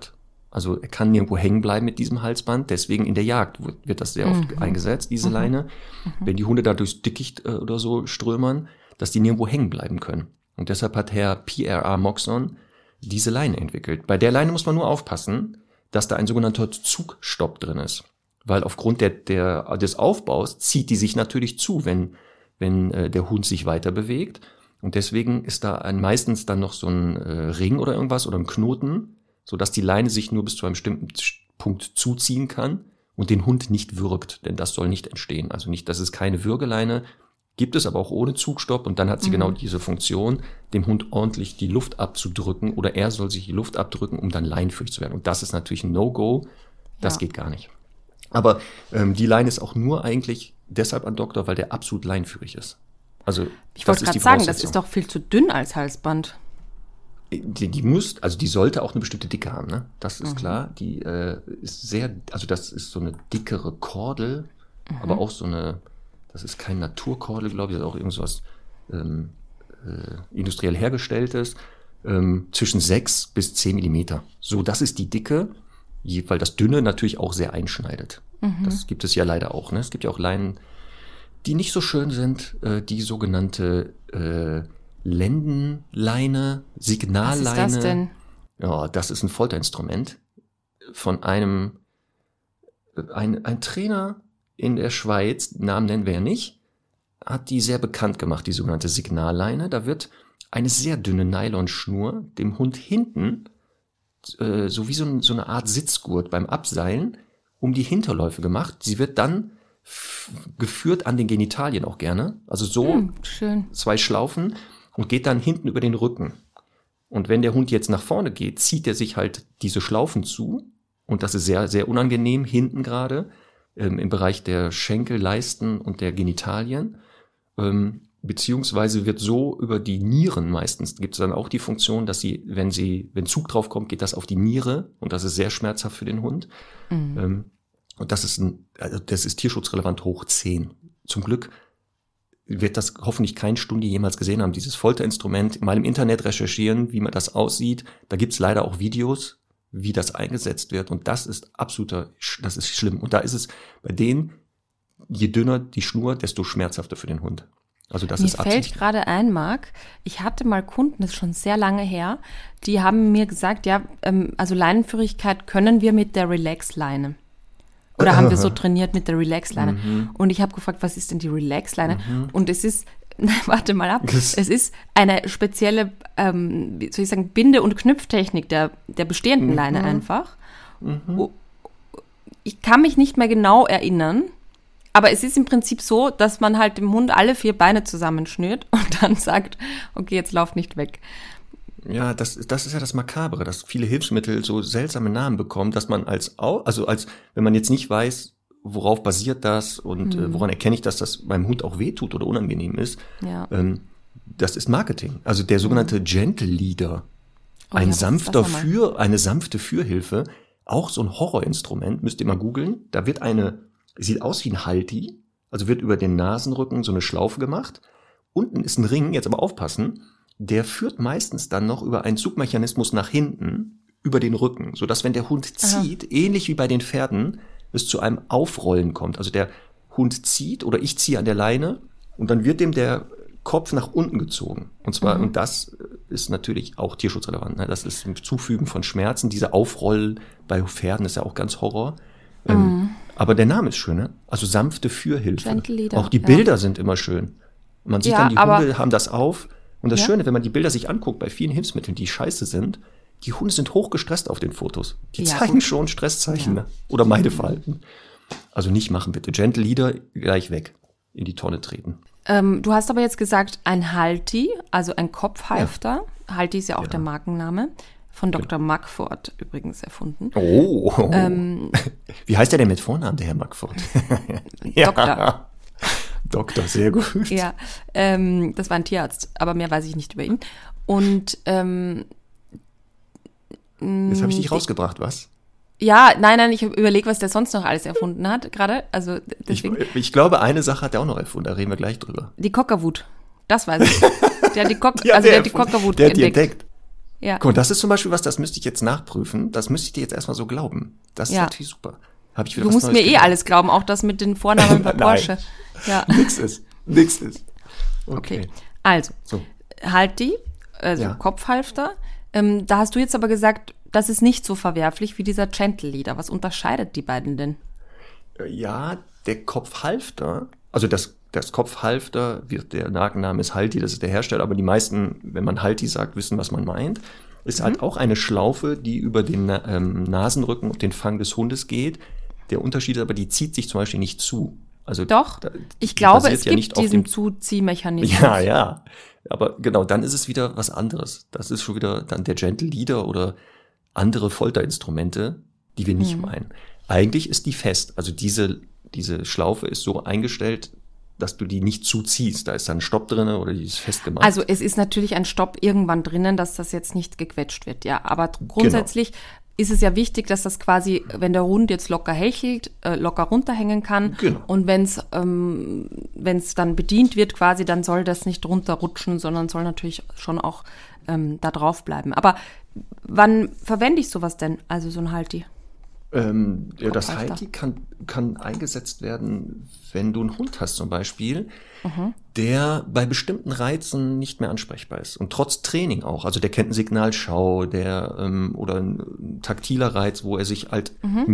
Also er kann nirgendwo hängen bleiben mit diesem Halsband. Deswegen in der Jagd wird das sehr oft eingesetzt, diese Leine. Wenn die Hunde da durchs Dickicht oder so strömern, dass die nirgendwo hängen bleiben können. Und deshalb hat Herr P.R.A. Moxon diese Leine entwickelt. Bei der Leine muss man nur aufpassen, dass da ein sogenannter Zugstopp drin ist. Weil aufgrund des Aufbaus zieht die sich natürlich zu, wenn der Hund sich weiter bewegt. Und deswegen ist da meistens dann noch so ein Ring oder irgendwas oder ein Knoten, sodass die Leine sich nur bis zu einem bestimmten Punkt zuziehen kann und den Hund nicht würgt. Denn das soll nicht entstehen. Also nicht, das ist keine Würgeleine, gibt es aber auch ohne Zugstopp. Und dann hat sie genau diese Funktion, dem Hund ordentlich die Luft abzudrücken oder er soll sich die Luft abdrücken, um dann leinenführig zu werden. Und das ist natürlich ein No-Go. Das geht gar nicht. Aber die Leine ist auch nur eigentlich deshalb an Doktor, weil der absolut leinenführig ist. Also ich wollte gerade sagen, das ist doch viel zu dünn als Halsband. Die sollte auch eine bestimmte Dicke haben, ne? Das ist klar. Die ist sehr, also das ist so eine dickere Kordel, aber auch so eine, das ist kein Naturkordel, glaube ich, das ist auch irgendwas industriell hergestelltes, zwischen 6 bis 10 Millimeter. So, das ist die Dicke, weil das Dünne natürlich auch sehr einschneidet. Das gibt es ja leider auch, ne? Es gibt ja auch Leinen, die nicht so schön sind, die sogenannte Lendenleine, Signalleine. Was ist das denn? Ja, das ist ein Folterinstrument von ein Trainer in der Schweiz, Namen nennen wir ja nicht, hat die sehr bekannt gemacht, die sogenannte Signalleine. Da wird eine sehr dünne Nylonschnur dem Hund hinten, so wie so eine Art Sitzgurt beim Abseilen, um die Hinterläufe gemacht. Sie wird dann geführt an den Genitalien auch gerne. Also so schön. 2 Schlaufen und geht dann hinten über den Rücken. Und wenn der Hund jetzt nach vorne geht, zieht er sich halt diese Schlaufen zu. Und das ist sehr, sehr unangenehm, hinten gerade, im Bereich der Schenkel, Leisten und der Genitalien. Beziehungsweise wird so über die Nieren meistens, gibt es dann auch die Funktion, dass wenn Zug drauf kommt, geht das auf die Niere. Und das ist sehr schmerzhaft für den Hund. Und das ist tierschutzrelevant hoch 10. Zum Glück wird das hoffentlich kein Stunde jemals gesehen haben, dieses Folterinstrument. Mal im Internet recherchieren, wie man das aussieht. Da gibt's leider auch Videos, wie das eingesetzt wird. Und das ist das ist schlimm. Und da ist es bei denen, je dünner die Schnur, desto schmerzhafter für den Hund. Also das ist Mir fällt gerade ein, Marc, ich hatte mal Kunden, das ist schon sehr lange her, die haben mir gesagt, ja, also Leinenführigkeit können wir mit der Relax-Leine. Oder haben wir so trainiert mit der Relax-Leine. Und ich habe gefragt, was ist denn die Relax-Leine? Und es ist, warte mal ab, es ist eine spezielle, wie soll ich sagen, Binde- und Knüpftechnik der bestehenden Leine einfach. Ich kann mich nicht mehr genau erinnern, aber es ist im Prinzip so, dass man halt dem Hund alle 4 Beine zusammenschnürt und dann sagt, okay, jetzt lauf nicht weg. Ja, das ist ja das Makabre, dass viele Hilfsmittel so seltsame Namen bekommen, dass man wenn man jetzt nicht weiß, worauf basiert das und woran erkenne ich, dass das beim Hund auch wehtut oder unangenehm ist, das ist Marketing. Also der sogenannte Gentle Leader, eine sanfte Führhilfe, auch so ein Horrorinstrument, müsst ihr mal googeln. Da wird sieht aus wie ein Halti, also wird über den Nasenrücken so eine Schlaufe gemacht. Unten ist ein Ring, jetzt aber aufpassen, der führt meistens dann noch über einen Zugmechanismus nach hinten, über den Rücken, sodass, wenn der Hund zieht, ähnlich wie bei den Pferden, es zu einem Aufrollen kommt. Also der Hund zieht oder ich ziehe an der Leine und dann wird dem der Kopf nach unten gezogen. Und zwar, und das ist natürlich auch tierschutzrelevant, ne? Das ist ein Zufügen von Schmerzen. Diese Aufrollen bei Pferden ist ja auch ganz Horror. Aber der Name ist schön, ne? Also sanfte Führhilfe. Auch die Bilder sind immer schön. Man sieht dann, die Hunde haben das auf. Und das Schöne, wenn man die Bilder sich anguckt, bei vielen Hilfsmitteln, die scheiße sind, die Hunde sind hochgestresst auf den Fotos. Die zeigen schon Stresszeichen, ne? Oder Meideverhalten. Also nicht machen, bitte. Gentle Leader, gleich weg. In die Tonne treten. Du hast aber jetzt gesagt, ein Halti, also ein Kopfhalfter. Ja. Halti ist ja auch der Markenname. Von Dr. Mugford übrigens erfunden. Oh. Wie heißt der denn mit Vornamen, der Herr Mugford? Doktor. Doktor, sehr gut. Ja, das war ein Tierarzt, aber mehr weiß ich nicht über ihn. Und jetzt habe ich dich rausgebracht, was? Ja, nein, ich überlege, was der sonst noch alles erfunden hat, gerade. Also deswegen. Ich glaube, eine Sache hat er auch noch erfunden, da reden wir gleich drüber. Die Cockerwut, das weiß ich. Der hat die Cockerwut entdeckt. Ja. Guck mal, das ist zum Beispiel was, das müsste ich jetzt nachprüfen. Das müsste ich dir jetzt erstmal so glauben. Das ist natürlich super. Hab ich wieder Du was musst Neues mir gelernt. alles glauben, auch das mit den Vornamen bei Porsche. Ja. Nix ist. Okay. Also, So. Halti, also Ja. Kopfhalfter. Da hast du jetzt aber gesagt, das ist nicht so verwerflich wie dieser Gentle Leader. Was unterscheidet die beiden denn? Ja, der Kopfhalfter, also das Kopfhalfter, der Markenname ist Halti, das ist der Hersteller, aber die meisten, wenn man Halti sagt, wissen, was man meint, ist halt auch eine Schlaufe, die über den Nasenrücken und den Fang des Hundes geht. Der Unterschied ist aber, die zieht sich zum Beispiel nicht zu. Also Doch, ich glaube, es gibt diesen Zuziehmechanismus. Ja. Aber genau, dann ist es wieder was anderes. Das ist schon wieder dann der Gentle Leader oder andere Folterinstrumente, die wir nicht meinen. Eigentlich ist die fest. Also diese Schlaufe ist so eingestellt, dass du die nicht zuziehst. Da ist dann ein Stopp drin oder die ist festgemacht. Also es ist natürlich ein Stopp irgendwann drinnen, dass das jetzt nicht gequetscht wird, ja. Aber grundsätzlich ist es ja wichtig, dass das quasi, wenn der Hund jetzt locker hechelt, locker runterhängen kann. Genau. Und wenn es dann bedient wird quasi, dann soll das nicht runterrutschen, sondern soll natürlich schon auch da drauf bleiben. Aber wann verwende ich sowas denn, also so ein Halti? Ja, das Kopfhalfter. Halti kann eingesetzt werden, wenn du einen Hund hast zum Beispiel, der bei bestimmten Reizen nicht mehr ansprechbar ist. Und trotz Training auch. Also der kennt ein Signalschau, oder ein taktiler Reiz, wo er sich halt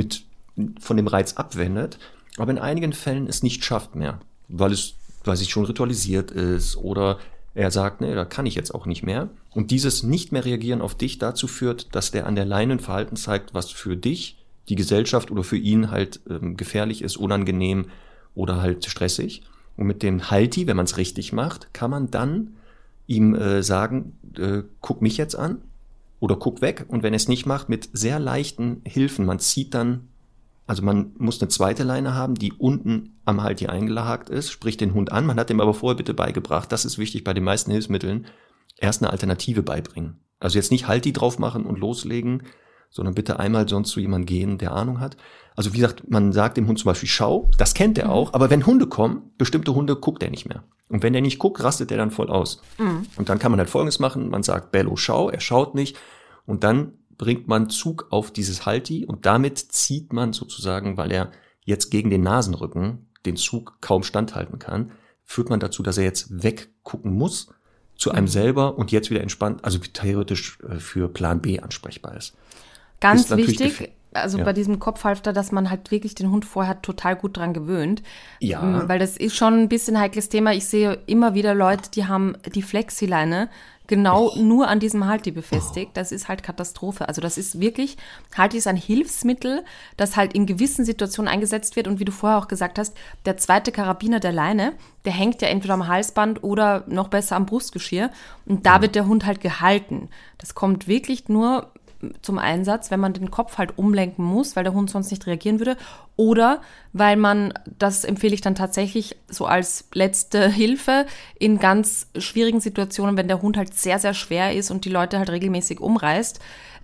von dem Reiz abwendet, aber in einigen Fällen es nicht schafft mehr, weil es schon ritualisiert ist oder er sagt, nee, da kann ich jetzt auch nicht mehr. Und dieses nicht mehr reagieren auf dich dazu führt, dass der an der Leine ein Verhalten zeigt, was für dich, die Gesellschaft oder für ihn halt gefährlich ist, unangenehm oder halt stressig. Und mit dem Halti, wenn man es richtig macht, kann man dann ihm sagen, guck mich jetzt an oder guck weg. Und wenn er es nicht macht, mit sehr leichten Hilfen, man zieht dann, also man muss eine zweite Leine haben, die unten am Halti eingehakt ist, spricht den Hund an. Man hat ihm aber vorher bitte beigebracht, das ist wichtig bei den meisten Hilfsmitteln, erst eine Alternative beibringen. Also jetzt nicht Halti drauf machen und loslegen, sondern bitte einmal sonst zu jemandem gehen, der Ahnung hat. Also wie gesagt, man sagt dem Hund zum Beispiel, schau, das kennt er auch, aber wenn Hunde kommen, bestimmte Hunde guckt er nicht mehr. Und wenn der nicht guckt, rastet er dann voll aus. Und dann kann man halt Folgendes machen, man sagt, Bello, schau, er schaut nicht und dann bringt man Zug auf dieses Halti und damit zieht man sozusagen, weil er jetzt gegen den Nasenrücken den Zug kaum standhalten kann, führt man dazu, dass er jetzt weggucken muss zu einem selber und jetzt wieder entspannt, also theoretisch für Plan B ansprechbar ist. Ganz Ist natürlich wichtig, also bei diesem Kopfhalfter, dass man halt wirklich den Hund vorher total gut dran gewöhnt. Ja. Weil das ist schon ein bisschen ein heikles Thema. Ich sehe immer wieder Leute, die haben die Flexileine genau nur an diesem Halti befestigt. Das ist halt Katastrophe. Also das ist wirklich, Halti ist ein Hilfsmittel, das halt in gewissen Situationen eingesetzt wird. Und wie du vorher auch gesagt hast, der zweite Karabiner der Leine, der hängt ja entweder am Halsband oder noch besser am Brustgeschirr. Und da wird der Hund halt gehalten. Das kommt wirklich nur zum Einsatz, wenn man den Kopf halt umlenken muss, weil der Hund sonst nicht reagieren würde, oder weil man, das empfehle ich dann tatsächlich so als letzte Hilfe in ganz schwierigen Situationen, wenn der Hund halt sehr, sehr schwer ist und die Leute halt regelmäßig umreißt,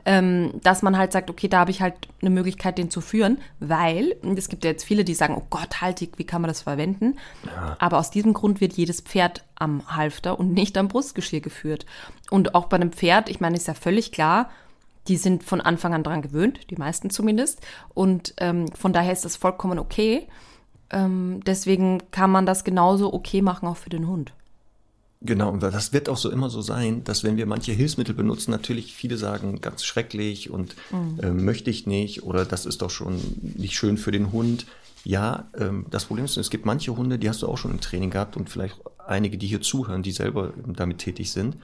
dass man halt sagt, okay, da habe ich halt eine Möglichkeit, den zu führen, weil, und es gibt ja jetzt viele, die sagen, oh Gott, haltig, wie kann man das verwenden? Ja. Aber aus diesem Grund wird jedes Pferd am Halfter und nicht am Brustgeschirr geführt. Und auch bei einem Pferd, ich meine, ist ja völlig klar, die sind von Anfang an dran gewöhnt, die meisten zumindest. Und von daher ist das vollkommen okay. Deswegen kann man das genauso okay machen, auch für den Hund. Genau, und das wird auch so immer so sein, dass wenn wir manche Hilfsmittel benutzen, natürlich viele sagen, ganz schrecklich und möchte ich nicht oder das ist doch schon nicht schön für den Hund. Ja, das Problem ist, es gibt manche Hunde, die hast du auch schon im Training gehabt und vielleicht einige, die hier zuhören, die selber damit tätig sind.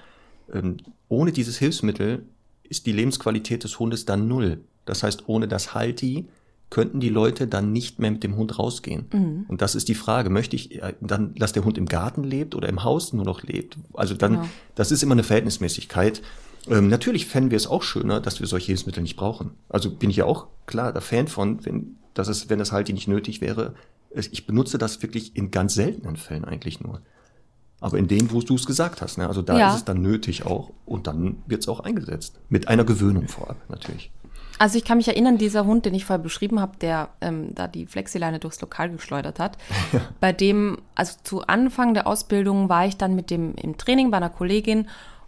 Ohne dieses Hilfsmittel ist die Lebensqualität des Hundes dann 0. Das heißt, ohne das Halti könnten die Leute dann nicht mehr mit dem Hund rausgehen. Und das ist die Frage, möchte ich dann, dass der Hund im Garten lebt oder im Haus nur noch lebt? Also dann, das ist immer eine Verhältnismäßigkeit. Natürlich fänden wir es auch schöner, dass wir solche Hilfsmittel nicht brauchen. Also bin ich ja auch klar der Fan von, wenn das Halti nicht nötig wäre. Ich benutze das wirklich in ganz seltenen Fällen eigentlich nur. Aber in denen, wo du es gesagt hast, ne? Also da ist es dann nötig auch und dann wird es auch eingesetzt. Mit einer Gewöhnung vorab natürlich. Also ich kann mich erinnern, dieser Hund, den ich vorher beschrieben habe, der da die Flexileine durchs Lokal geschleudert hat, bei dem, also zu Anfang der Ausbildung war ich dann mit dem im Training bei einer Kollegin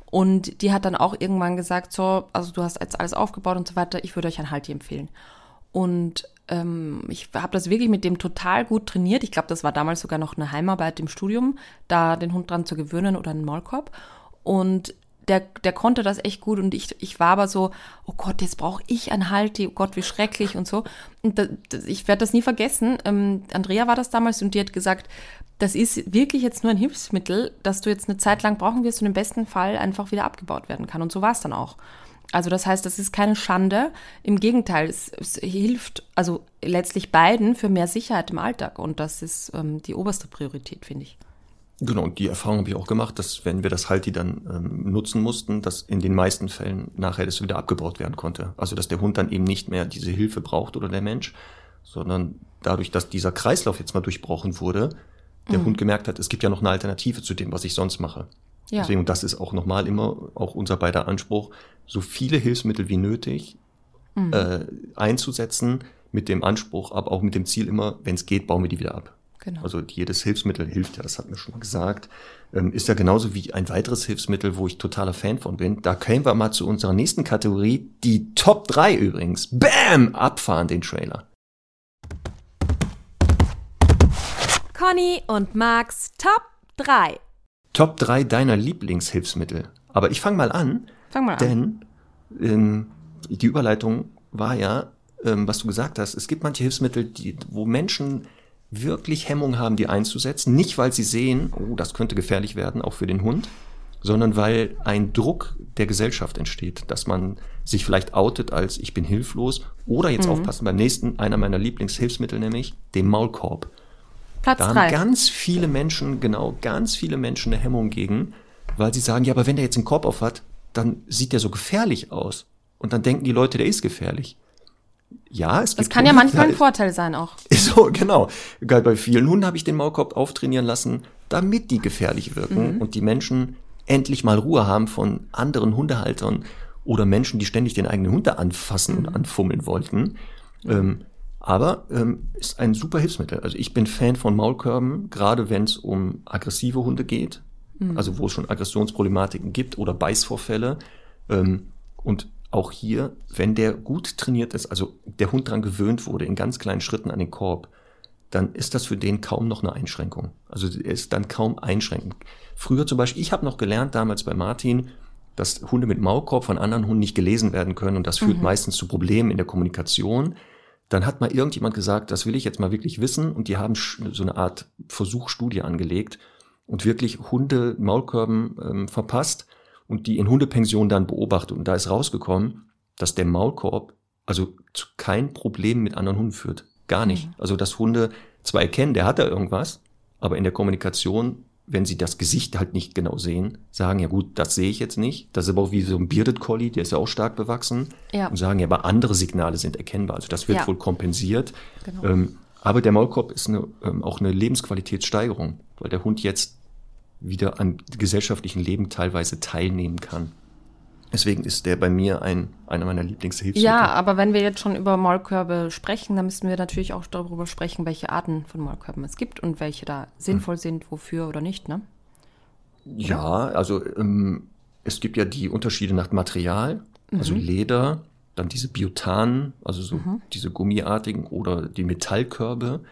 Und die hat dann auch irgendwann gesagt, so, also du hast jetzt alles aufgebaut und so weiter, ich würde euch ein Halti empfehlen. Und ich habe das wirklich mit dem total gut trainiert. Ich glaube, das war damals sogar noch eine Heimarbeit im Studium, da den Hund dran zu gewöhnen oder einen Maulkorb. Und der konnte das echt gut und ich war aber so, oh Gott, jetzt brauche ich ein Halti, oh Gott, wie schrecklich und so. Und ich werde das nie vergessen. Andrea war das damals und die hat gesagt, das ist wirklich jetzt nur ein Hilfsmittel, das du jetzt eine Zeit lang brauchen wirst und im besten Fall einfach wieder abgebaut werden kann. Und so war es dann auch. Also das heißt, das ist keine Schande. Im Gegenteil, es hilft also letztlich beiden für mehr Sicherheit im Alltag. Und das ist die oberste Priorität, finde ich. Genau, und die Erfahrung habe ich auch gemacht, dass wenn wir das Halti dann nutzen mussten, dass in den meisten Fällen nachher das wieder abgebaut werden konnte. Also dass der Hund dann eben nicht mehr diese Hilfe braucht oder der Mensch, sondern dadurch, dass dieser Kreislauf jetzt mal durchbrochen wurde, der Hund gemerkt hat, es gibt ja noch eine Alternative zu dem, was ich sonst mache. Ja. Deswegen, und das ist auch nochmal immer auch unser beider Anspruch, so viele Hilfsmittel wie nötig einzusetzen, mit dem Anspruch, aber auch mit dem Ziel immer, wenn es geht, bauen wir die wieder ab. Genau. Also jedes Hilfsmittel hilft ja, das hatten wir schon mal gesagt, ist ja genauso wie ein weiteres Hilfsmittel, wo ich totaler Fan von bin. Da kämen wir mal zu unserer nächsten Kategorie, die Top 3 übrigens. Bam! Abfahren den Trailer. Conny und Max Top 3. Top 3 deiner Lieblingshilfsmittel. Aber ich fange mal an. Denn die Überleitung war ja, was du gesagt hast, es gibt manche Hilfsmittel, wo Menschen wirklich Hemmung haben, die einzusetzen. Nicht, weil sie sehen, oh, das könnte gefährlich werden, auch für den Hund, sondern weil ein Druck der Gesellschaft entsteht, dass man sich vielleicht outet als ich bin hilflos oder jetzt aufpassen beim nächsten, einer meiner Lieblingshilfsmittel, nämlich dem Maulkorb. Platz 3. Da haben ganz viele Menschen eine Hemmung gegen, weil sie sagen, ja, aber wenn der jetzt einen Korb auf hat, dann sieht der so gefährlich aus. Und dann denken die Leute, der ist gefährlich. Ja, es gibt das kann ja manchmal ein Vorteil sein auch. So, genau. Bei vielen Hunden habe ich den Maulkorb auftrainieren lassen, damit die gefährlich wirken und die Menschen endlich mal Ruhe haben von anderen Hundehaltern oder Menschen, die ständig den eigenen Hund da anfassen und anfummeln wollten. Aber ist ein super Hilfsmittel. Also ich bin Fan von Maulkörben, gerade wenn es um aggressive Hunde geht, also wo es schon Aggressionsproblematiken gibt oder Beißvorfälle. Und auch hier, wenn der gut trainiert ist, also der Hund daran gewöhnt wurde, in ganz kleinen Schritten an den Korb, dann ist das für den kaum noch eine Einschränkung. Also er ist dann kaum einschränkend. Früher zum Beispiel, ich habe noch gelernt damals bei Martin, dass Hunde mit Maulkorb von anderen Hunden nicht gelesen werden können und das führt meistens zu Problemen in der Kommunikation. Dann hat mal irgendjemand gesagt, das will ich jetzt mal wirklich wissen und die haben so eine Art Versuchsstudie angelegt und wirklich Hunde Maulkörben verpasst und die in Hundepensionen dann beobachtet. Und da ist rausgekommen, dass der Maulkorb also zu kein Problem mit anderen Hunden führt. Gar nicht. Also dass Hunde zwar erkennen, der hat da irgendwas, aber in der Kommunikation, wenn sie das Gesicht halt nicht genau sehen, sagen, ja gut, das sehe ich jetzt nicht. Das ist aber auch wie so ein Bearded Collie, der ist ja auch stark bewachsen. Ja. Und sagen, ja, aber andere Signale sind erkennbar. Also das wird wohl kompensiert. Genau. Aber der Maulkorb ist auch eine Lebensqualitätssteigerung, weil der Hund jetzt wieder am gesellschaftlichen Leben teilweise teilnehmen kann. Deswegen ist der bei mir einer meiner Lieblingshilfsmittel. Ja, aber wenn wir jetzt schon über Maulkörbe sprechen, dann müssen wir natürlich auch darüber sprechen, welche Arten von Maulkörben es gibt und welche da sinnvoll sind, wofür oder nicht, ne? Ja, also es gibt ja die Unterschiede nach Material, also Leder, dann diese Biotan, also so diese gummiartigen oder die Metallkörbe.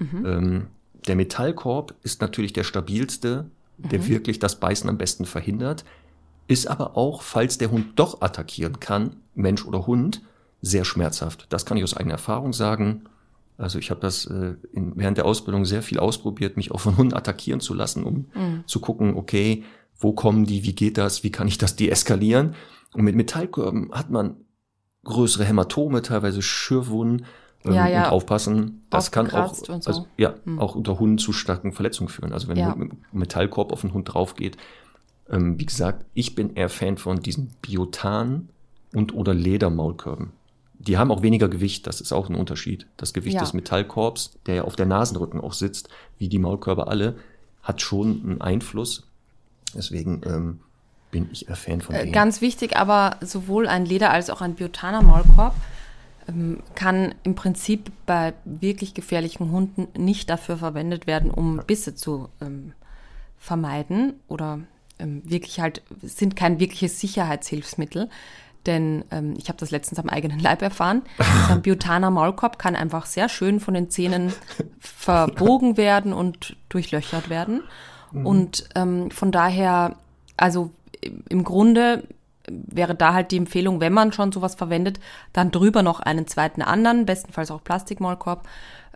Der Metallkorb ist natürlich der stabilste, der wirklich das Beißen am besten verhindert, ist aber auch, falls der Hund doch attackieren kann, Mensch oder Hund, sehr schmerzhaft. Das kann ich aus eigener Erfahrung sagen. Also ich habe das während der Ausbildung sehr viel ausprobiert, mich auch von Hunden attackieren zu lassen, um zu gucken, okay, wo kommen die, wie geht das, wie kann ich das deeskalieren? Und mit Metallkörben hat man größere Hämatome, teilweise Schürfwunden. Und aufpassen, das kann auch, so. Auch unter Hunden zu starken Verletzungen führen. Also wenn ein Hund mit einem Metallkorb auf den Hund drauf geht. Wie gesagt, ich bin eher Fan von diesen Biotan- oder Ledermaulkörben. Die haben auch weniger Gewicht, das ist auch ein Unterschied. Das Gewicht des Metallkorbs, der ja auf der Nasenrücken auch sitzt, wie die Maulkörbe alle, hat schon einen Einfluss. Deswegen bin ich eher Fan von denen. Ganz wichtig, aber sowohl ein Leder- als auch ein Biotaner Maulkorb kann im Prinzip bei wirklich gefährlichen Hunden nicht dafür verwendet werden, um Bisse zu vermeiden oder wirklich halt, sind kein wirkliches Sicherheitshilfsmittel. Denn ich habe das letztens am eigenen Leib erfahren. So ein Biotaner Maulkorb kann einfach sehr schön von den Zähnen verbogen werden und durchlöchert werden. Und von daher, also im Grunde wäre da halt die Empfehlung, wenn man schon sowas verwendet, dann drüber noch einen zweiten anderen, bestenfalls auch Plastikmaulkorb.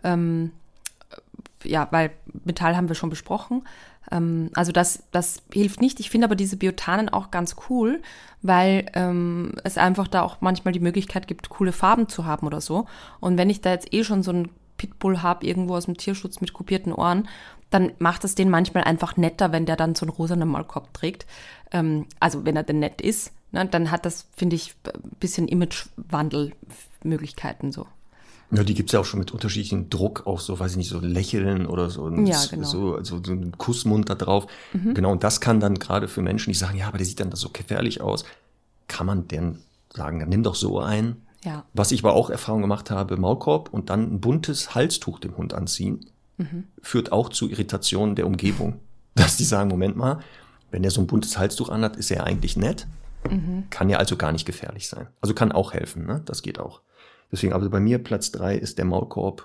Weil Metall haben wir schon besprochen. Also das hilft nicht. Ich finde aber diese Biotanen auch ganz cool, weil es einfach da auch manchmal die Möglichkeit gibt, coole Farben zu haben oder so. Und wenn ich da jetzt schon so einen Pitbull habe, irgendwo aus dem Tierschutz mit kupierten Ohren, dann macht es den manchmal einfach netter, wenn der dann so einen rosanen Maulkorb trägt. Also wenn er denn nett ist, ne, dann hat das, finde ich, ein bisschen Imagewandelmöglichkeiten so. Ja, die gibt's ja auch schon mit unterschiedlichen Druck, auch so, weiß ich nicht, so Lächeln oder so, ja, genau. so ein Kussmund da drauf. Genau, und das kann dann gerade für Menschen, die sagen, ja, aber der sieht dann so gefährlich aus, kann man denn sagen, dann nimm doch so einen. Ja. Was ich aber auch Erfahrung gemacht habe, Maulkorb und dann ein buntes Halstuch dem Hund anziehen, führt auch zu Irritationen der Umgebung. Dass die sagen, Moment mal, wenn der so ein buntes Halstuch anhat, ist er eigentlich nett, kann ja also gar nicht gefährlich sein. Also kann auch helfen, ne? Das geht auch. Deswegen, also bei mir Platz 3 ist der Maulkorb,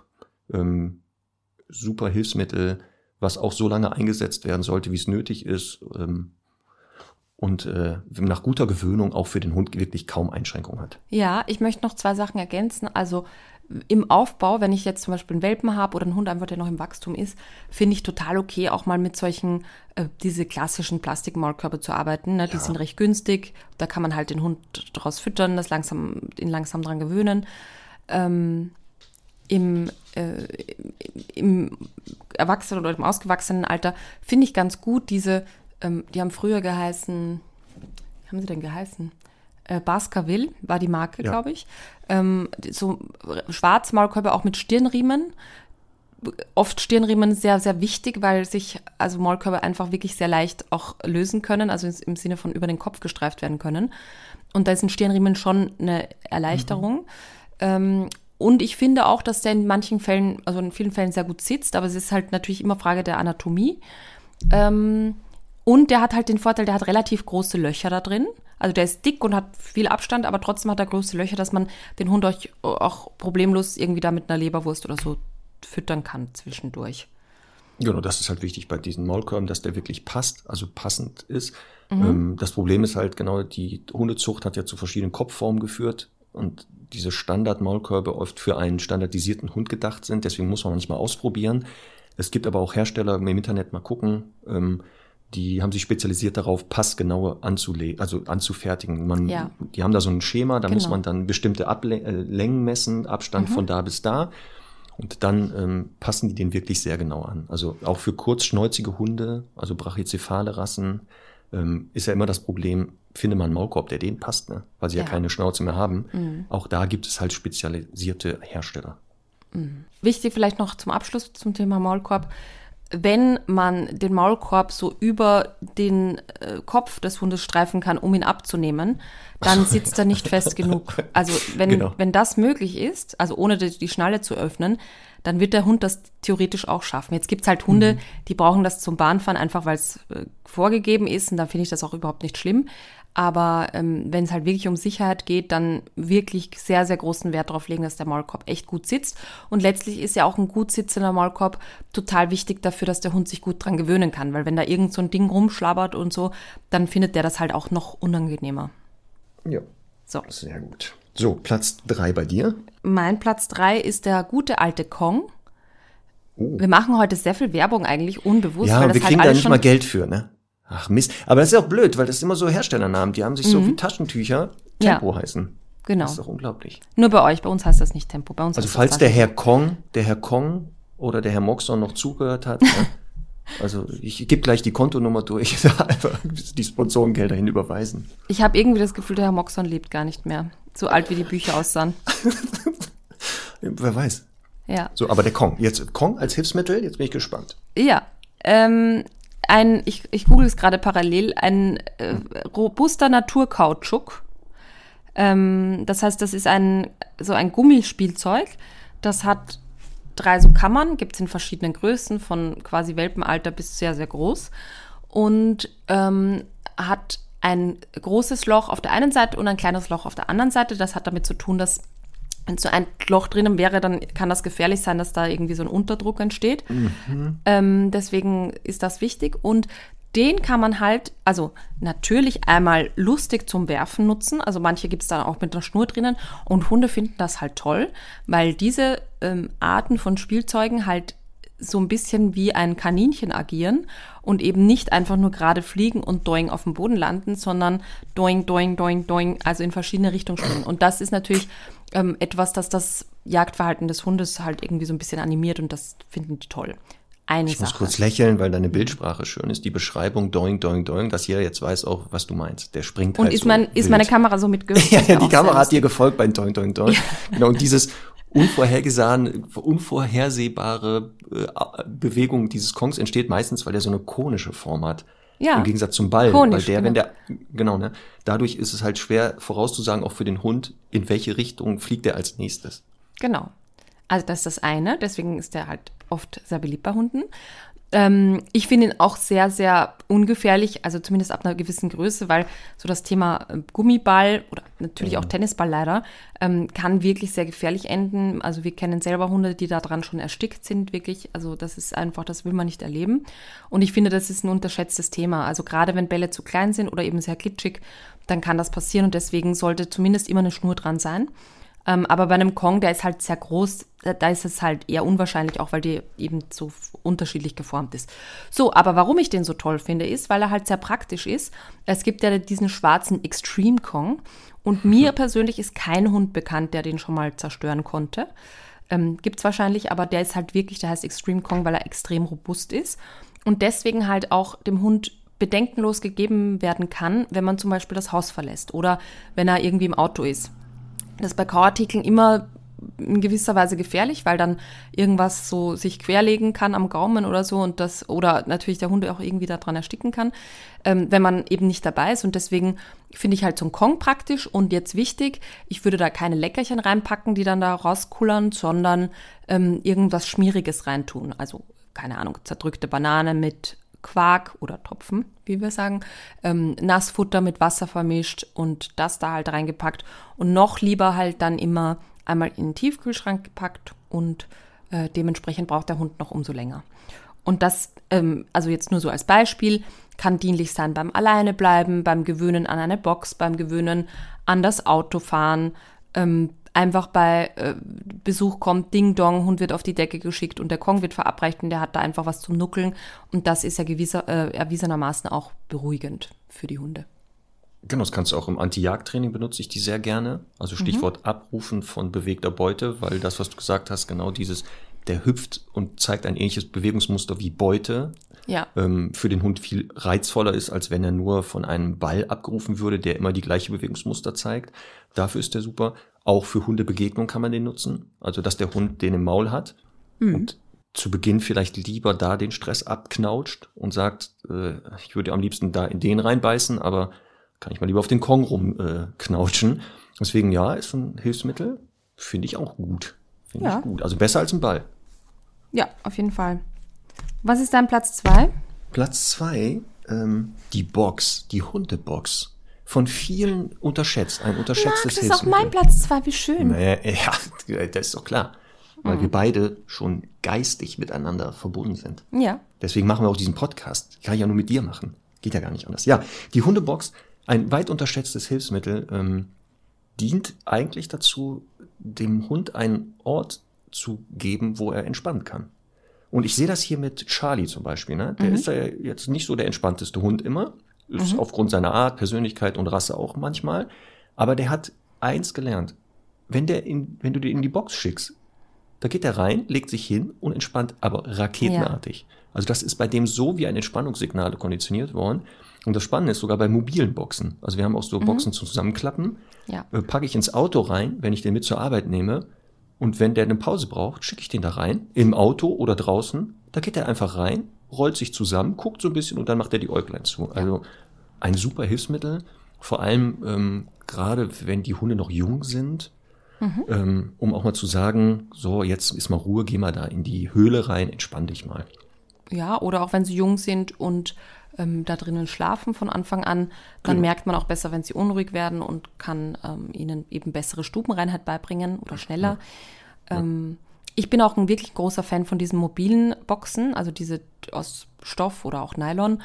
super Hilfsmittel, was auch so lange eingesetzt werden sollte, wie es nötig ist, und nach guter Gewöhnung auch für den Hund wirklich kaum Einschränkungen hat. Ja, ich möchte noch 2 Sachen ergänzen. Also im Aufbau, wenn ich jetzt zum Beispiel einen Welpen habe oder einen Hund einfach, der noch im Wachstum ist, finde ich total okay, auch mal mit solchen, diese klassischen Plastikmaulkörbe zu arbeiten. Ne? Die sind recht günstig, da kann man halt den Hund draus füttern, ihn langsam dran gewöhnen. Im Erwachsenen oder im ausgewachsenen Alter finde ich ganz gut die haben früher geheißen, wie haben sie denn geheißen? Baskerville war die Marke, glaube ich. So Schwarzmaulkörbe auch mit Stirnriemen. Oft Stirnriemen sehr, sehr wichtig, weil sich also Maulkörbe einfach wirklich sehr leicht auch lösen können, also im Sinne von über den Kopf gestreift werden können. Und da ist ein Stirnriemen schon eine Erleichterung. Und ich finde auch, dass der in manchen Fällen, also in vielen Fällen sehr gut sitzt, aber es ist halt natürlich immer Frage der Anatomie. Und der hat halt den Vorteil, der hat relativ große Löcher da drin. Also der ist dick und hat viel Abstand, aber trotzdem hat er große Löcher, dass man den Hund auch problemlos irgendwie da mit einer Leberwurst oder so füttern kann zwischendurch. Genau, das ist halt wichtig bei diesen Maulkörben, dass der wirklich passt, also passend ist. Das Problem ist halt genau, die Hundezucht hat ja zu verschiedenen Kopfformen geführt und diese Standard-Maulkörbe oft für einen standardisierten Hund gedacht sind. Deswegen muss man manchmal ausprobieren. Es gibt aber auch Hersteller, im Internet mal gucken, die haben sich spezialisiert darauf, passgenaue anzufertigen. Die haben da so ein Schema, da muss man dann bestimmte Längen messen, Abstand von da bis da. Und dann passen die den wirklich sehr genau an. Also auch für kurzschnäuzige Hunde, also brachycephale Rassen, ist ja immer das Problem, finde man einen Maulkorb, der denen passt, ne? Weil sie ja keine Schnauze mehr haben. Auch da gibt es halt spezialisierte Hersteller. Wichtig vielleicht noch zum Abschluss zum Thema Maulkorb. Wenn man den Maulkorb so über den Kopf des Hundes streifen kann, um ihn abzunehmen, dann sitzt er nicht fest genug. Also wenn das möglich ist, also ohne die Schnalle zu öffnen, dann wird der Hund das theoretisch auch schaffen. Jetzt gibt's halt Hunde, die brauchen das zum Bahnfahren, einfach weil es vorgegeben ist, und da finde ich das auch überhaupt nicht schlimm. Aber wenn es halt wirklich um Sicherheit geht, dann wirklich sehr, sehr großen Wert darauf legen, dass der Maulkorb echt gut sitzt. Und letztlich ist ja auch ein gut sitzender Maulkorb total wichtig dafür, dass der Hund sich gut dran gewöhnen kann. Weil wenn da irgend so ein Ding rumschlabbert und so, dann findet der das halt auch noch unangenehmer. Ja, so. Sehr gut. So, Platz 3 bei dir? Mein Platz 3 ist der gute alte Kong. Oh. Wir machen heute sehr viel Werbung eigentlich unbewusst. Ja, weil das wir kriegen halt da nicht mal Geld für, ne? Ach Mist. Aber das ist ja auch blöd, weil das immer so Herstellernamen, die haben sich so wie Taschentücher Tempo heißen. Genau. Das ist doch unglaublich. Nur bei euch, bei uns heißt das nicht Tempo. Bei uns also falls der Herr Kong oder der Herr Moxon noch zugehört hat, ne? Also ich gebe gleich die Kontonummer durch, einfach die Sponsorengelder hin überweisen. Ich habe irgendwie das Gefühl, der Herr Moxon lebt gar nicht mehr. So alt, wie die Bücher aussahen. Wer weiß. Ja. So, aber der Kong. Jetzt Kong als Hilfsmittel, jetzt bin ich gespannt. Ja, ich google es gerade parallel, ein robuster Naturkautschuk. Das heißt, das ist ein Gummispielzeug. Das hat 3 so Kammern, gibt es in verschiedenen Größen, von quasi Welpenalter bis sehr, sehr groß. und hat ein großes Loch auf der einen Seite und ein kleines Loch auf der anderen Seite. Das hat damit zu tun, dass wenn so ein Loch drinnen wäre, dann kann das gefährlich sein, dass da irgendwie so ein Unterdruck entsteht. Deswegen ist das wichtig. Und den kann man halt, also natürlich einmal lustig zum Werfen nutzen. Also manche gibt es dann auch mit einer Schnur drinnen. Und Hunde finden das halt toll, weil diese Arten von Spielzeugen halt so ein bisschen wie ein Kaninchen agieren und eben nicht einfach nur gerade fliegen und doing auf dem Boden landen, sondern doing, doing, doing, doing, also in verschiedene Richtungen springen. Und das ist natürlich etwas, das das Jagdverhalten des Hundes halt irgendwie so ein bisschen animiert und das finden die toll. Ich muss kurz lächeln, weil deine Bildsprache schön ist. Die Beschreibung doing, doing, doing, dass jeder jetzt weiß auch, was du meinst. Der springt halt so wild. Ist meine Kamera so mitgehört? Ja, die Kamera hat dir gefolgt beim doing, doing, doing. Genau, und dieses unvorhersehbare Bewegung dieses Kongs entsteht meistens, weil der so eine konische Form hat. Ja. Im Gegensatz zum Ball. Konisch, weil dadurch ist es halt schwer vorauszusagen, auch für den Hund, in welche Richtung fliegt er als nächstes. Genau. Also das ist das eine, deswegen ist der halt oft sehr beliebt bei Hunden. Ich finde ihn auch sehr, sehr ungefährlich, also zumindest ab einer gewissen Größe, weil so das Thema Gummiball oder natürlich auch Tennisball leider, kann wirklich sehr gefährlich enden. Also wir kennen selber Hunde, die da dran schon erstickt sind, wirklich. Also das ist einfach, das will man nicht erleben. Und ich finde, das ist ein unterschätztes Thema. Also gerade wenn Bälle zu klein sind oder eben sehr glitschig, dann kann das passieren und deswegen sollte zumindest immer eine Schnur dran sein. Aber bei einem Kong, der ist halt sehr groß, da ist es halt eher unwahrscheinlich, auch weil die eben so unterschiedlich geformt ist. So, aber warum ich den so toll finde, ist, weil er halt sehr praktisch ist. Es gibt ja diesen schwarzen Extreme Kong und mir persönlich ist kein Hund bekannt, der den schon mal zerstören konnte. Gibt's wahrscheinlich, aber der ist halt wirklich, der heißt Extreme Kong, weil er extrem robust ist und deswegen halt auch dem Hund bedenkenlos gegeben werden kann, wenn man zum Beispiel das Haus verlässt oder wenn er irgendwie im Auto ist. Das ist bei Kauartikeln immer in gewisser Weise gefährlich, weil dann irgendwas so sich querlegen kann am Gaumen oder so und das, oder natürlich der Hund auch irgendwie daran ersticken kann, wenn man eben nicht dabei ist. Und deswegen finde ich halt so einen Kong praktisch und jetzt wichtig, ich würde da keine Leckerchen reinpacken, die dann da rauskullern, sondern irgendwas Schmieriges reintun. Also, keine Ahnung, zerdrückte Banane mit Quark oder Topfen, wie wir sagen, Nassfutter mit Wasser vermischt und das da halt reingepackt und noch lieber halt dann immer einmal in den Tiefkühlschrank gepackt und dementsprechend braucht der Hund noch umso länger. Und das, also jetzt nur so als Beispiel, kann dienlich sein beim Alleinebleiben, beim Gewöhnen an eine Box, beim Gewöhnen an das Autofahren, einfach bei Besuch kommt, Ding Dong, Hund wird auf die Decke geschickt und der Kong wird verabreicht und der hat da einfach was zum Nuckeln. Und das ist ja erwiesenermaßen auch beruhigend für die Hunde. Genau, das kannst du auch im Anti-Jagd-Training, benutze ich die sehr gerne. Also Stichwort Abrufen von bewegter Beute, weil das, was du gesagt hast, genau dieses, der hüpft und zeigt ein ähnliches Bewegungsmuster wie Beute, für den Hund viel reizvoller ist, als wenn er nur von einem Ball abgerufen würde, der immer die gleiche Bewegungsmuster zeigt. Dafür ist der super. Auch für Hundebegegnung kann man den nutzen. Also, dass der Hund den im Maul hat und zu Beginn vielleicht lieber da den Stress abknautscht und sagt, ich würde am liebsten da in den reinbeißen, aber kann ich mal lieber auf den Kong rumknautschen. Deswegen, ja, ist ein Hilfsmittel. Finde ich auch gut. Finde ich gut. Also besser als ein Ball. Ja, auf jeden Fall. Was ist dein Platz 2? Platz 2, die Box, die Hundebox. Von vielen unterschätzt, ein unterschätztes Hilfsmittel. Das ist auch mein Platz 2, wie schön. Naja, ja, das ist doch klar. Weil wir beide schon geistig miteinander verbunden sind. Ja. Deswegen machen wir auch diesen Podcast. Kann ich ja nur mit dir machen. Geht ja gar nicht anders. Ja, die Hundebox, ein weit unterschätztes Hilfsmittel, dient eigentlich dazu, dem Hund einen Ort zu geben, wo er entspannen kann. Und ich sehe das hier mit Charlie zum Beispiel. Ne? Der ist ja jetzt nicht so der entspannteste Hund immer. Ist aufgrund seiner Art, Persönlichkeit und Rasse auch manchmal. Aber der hat eins gelernt. Wenn du den in die Box schickst, da geht er rein, legt sich hin und entspannt, aber raketenartig. Ja. Also das ist bei dem so wie ein Entspannungssignal konditioniert worden. Und das Spannende ist sogar bei mobilen Boxen. Also wir haben auch so Boxen zum Zusammenklappen. Ja. Packe ich ins Auto rein, wenn ich den mit zur Arbeit nehme. Und wenn der eine Pause braucht, schicke ich den da rein, im Auto oder draußen. Da geht er einfach rein, rollt sich zusammen, guckt so ein bisschen und dann macht er die Äuglein zu. Also ein super Hilfsmittel, vor allem gerade wenn die Hunde noch jung sind, um auch mal zu sagen, so jetzt ist mal Ruhe, geh mal da in die Höhle rein, entspann dich mal. Ja, oder auch wenn sie jung sind und da drinnen schlafen von Anfang an. Dann merkt man auch besser, wenn sie unruhig werden und kann ihnen eben bessere Stubenreinheit beibringen oder schneller. Ich bin auch ein wirklich großer Fan von diesen mobilen Boxen, also diese aus Stoff oder auch Nylon,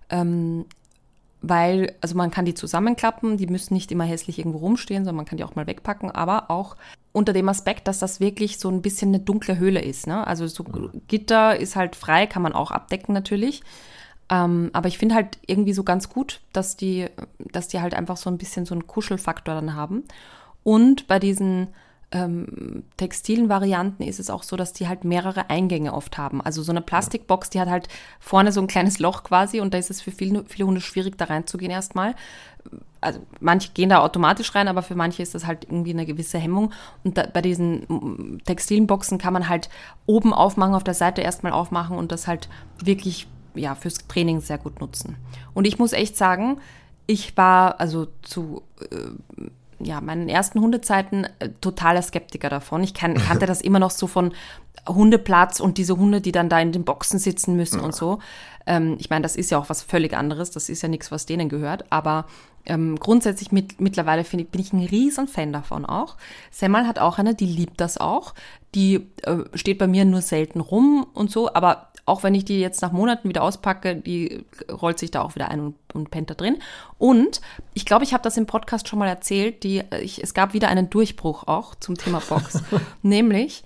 weil, also man kann die zusammenklappen, die müssen nicht immer hässlich irgendwo rumstehen, sondern man kann die auch mal wegpacken, aber auch unter dem Aspekt, dass das wirklich so ein bisschen eine dunkle Höhle ist, ne? Also so Gitter ist halt frei, kann man auch abdecken natürlich, aber ich finde halt irgendwie so ganz gut, dass die halt einfach so ein bisschen so einen Kuschelfaktor dann haben. Und bei diesen textilen Varianten ist es auch so, dass die halt mehrere Eingänge oft haben. Also so eine Plastikbox, die hat halt vorne so ein kleines Loch quasi und da ist es für viele Hunde schwierig, da reinzugehen erstmal. Also manche gehen da automatisch rein, aber für manche ist das halt irgendwie eine gewisse Hemmung. Und bei diesen textilen Boxen kann man halt oben aufmachen, auf der Seite erstmal aufmachen und das halt wirklich fürs Training sehr gut nutzen. Und ich muss echt sagen, ich war also zu meinen ersten Hundezeiten totaler Skeptiker davon. Ich kannte das immer noch so von Hundeplatz und diese Hunde, die dann da in den Boxen sitzen müssen und so. Ich meine, das ist ja auch was völlig anderes. Das ist ja nichts, was denen gehört. Aber grundsätzlich mittlerweile bin ich ein riesen Fan davon auch. Semmel hat auch eine, die liebt das auch. Die steht bei mir nur selten rum und so. Aber auch wenn ich die jetzt nach Monaten wieder auspacke, die rollt sich da auch wieder ein und pennt da drin. Und ich glaube, ich habe das im Podcast schon mal erzählt, es gab wieder einen Durchbruch auch zum Thema Box. Nämlich,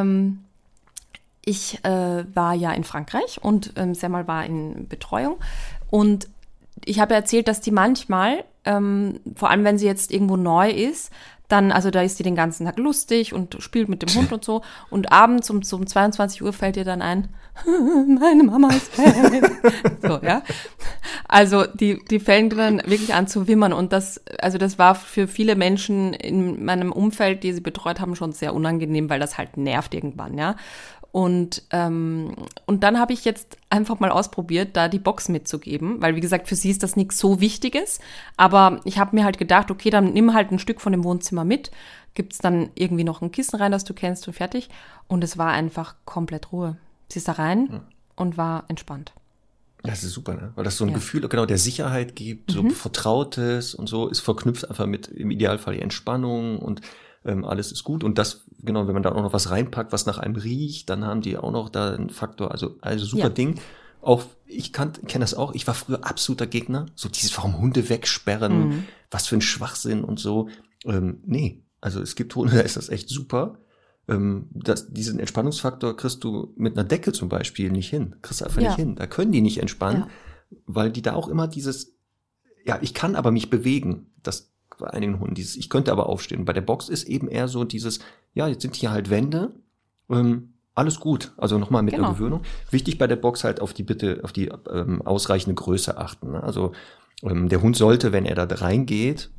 ich war ja in Frankreich und Semmel war in Betreuung. Und ich habe erzählt, dass die manchmal, vor allem wenn sie jetzt irgendwo neu ist, dann, also da ist die den ganzen Tag lustig und spielt mit dem Hund und so. Und abends um 22 Uhr fällt ihr dann ein, meine Mama ist Fan. So, ja. Also die fängt dann wirklich an zu wimmern. Und das war für viele Menschen in meinem Umfeld, die sie betreut haben, schon sehr unangenehm, weil das halt nervt irgendwann, ja. Und dann habe ich jetzt einfach mal ausprobiert, da die Box mitzugeben, weil wie gesagt, für sie ist das nichts so Wichtiges, aber ich habe mir halt gedacht, okay, dann nimm halt ein Stück von dem Wohnzimmer mit, gibt's dann irgendwie noch ein Kissen rein, das du kennst und fertig und es war einfach komplett Ruhe. Sie ist da rein und war entspannt. Ja, das ist super, ne? Weil das so ein Gefühl, genau, der Sicherheit gibt, so Vertrautes und so, ist verknüpft einfach mit im Idealfall die Entspannung und alles ist gut. Und das, genau, wenn man da auch noch was reinpackt, was nach einem riecht, dann haben die auch noch da einen Faktor, also super Ding. Auch, ich kenne das auch, ich war früher absoluter Gegner, so warum Hunde wegsperren, was für ein Schwachsinn und so. Nee, also es gibt Hunde, da ist das echt super. Diesen Entspannungsfaktor kriegst du mit einer Decke zum Beispiel nicht hin. Kriegst du einfach nicht hin. Da können die nicht entspannen, weil die da auch immer ich kann aber mich bewegen. Das bei einigen Hunden, ich könnte aber aufstehen. Bei der Box ist eben eher so jetzt sind hier halt Wände, alles gut. Also nochmal mit der Gewöhnung. Wichtig bei der Box halt auf die ausreichende Größe achten. Ne? Also der Hund sollte, wenn er da reingeht,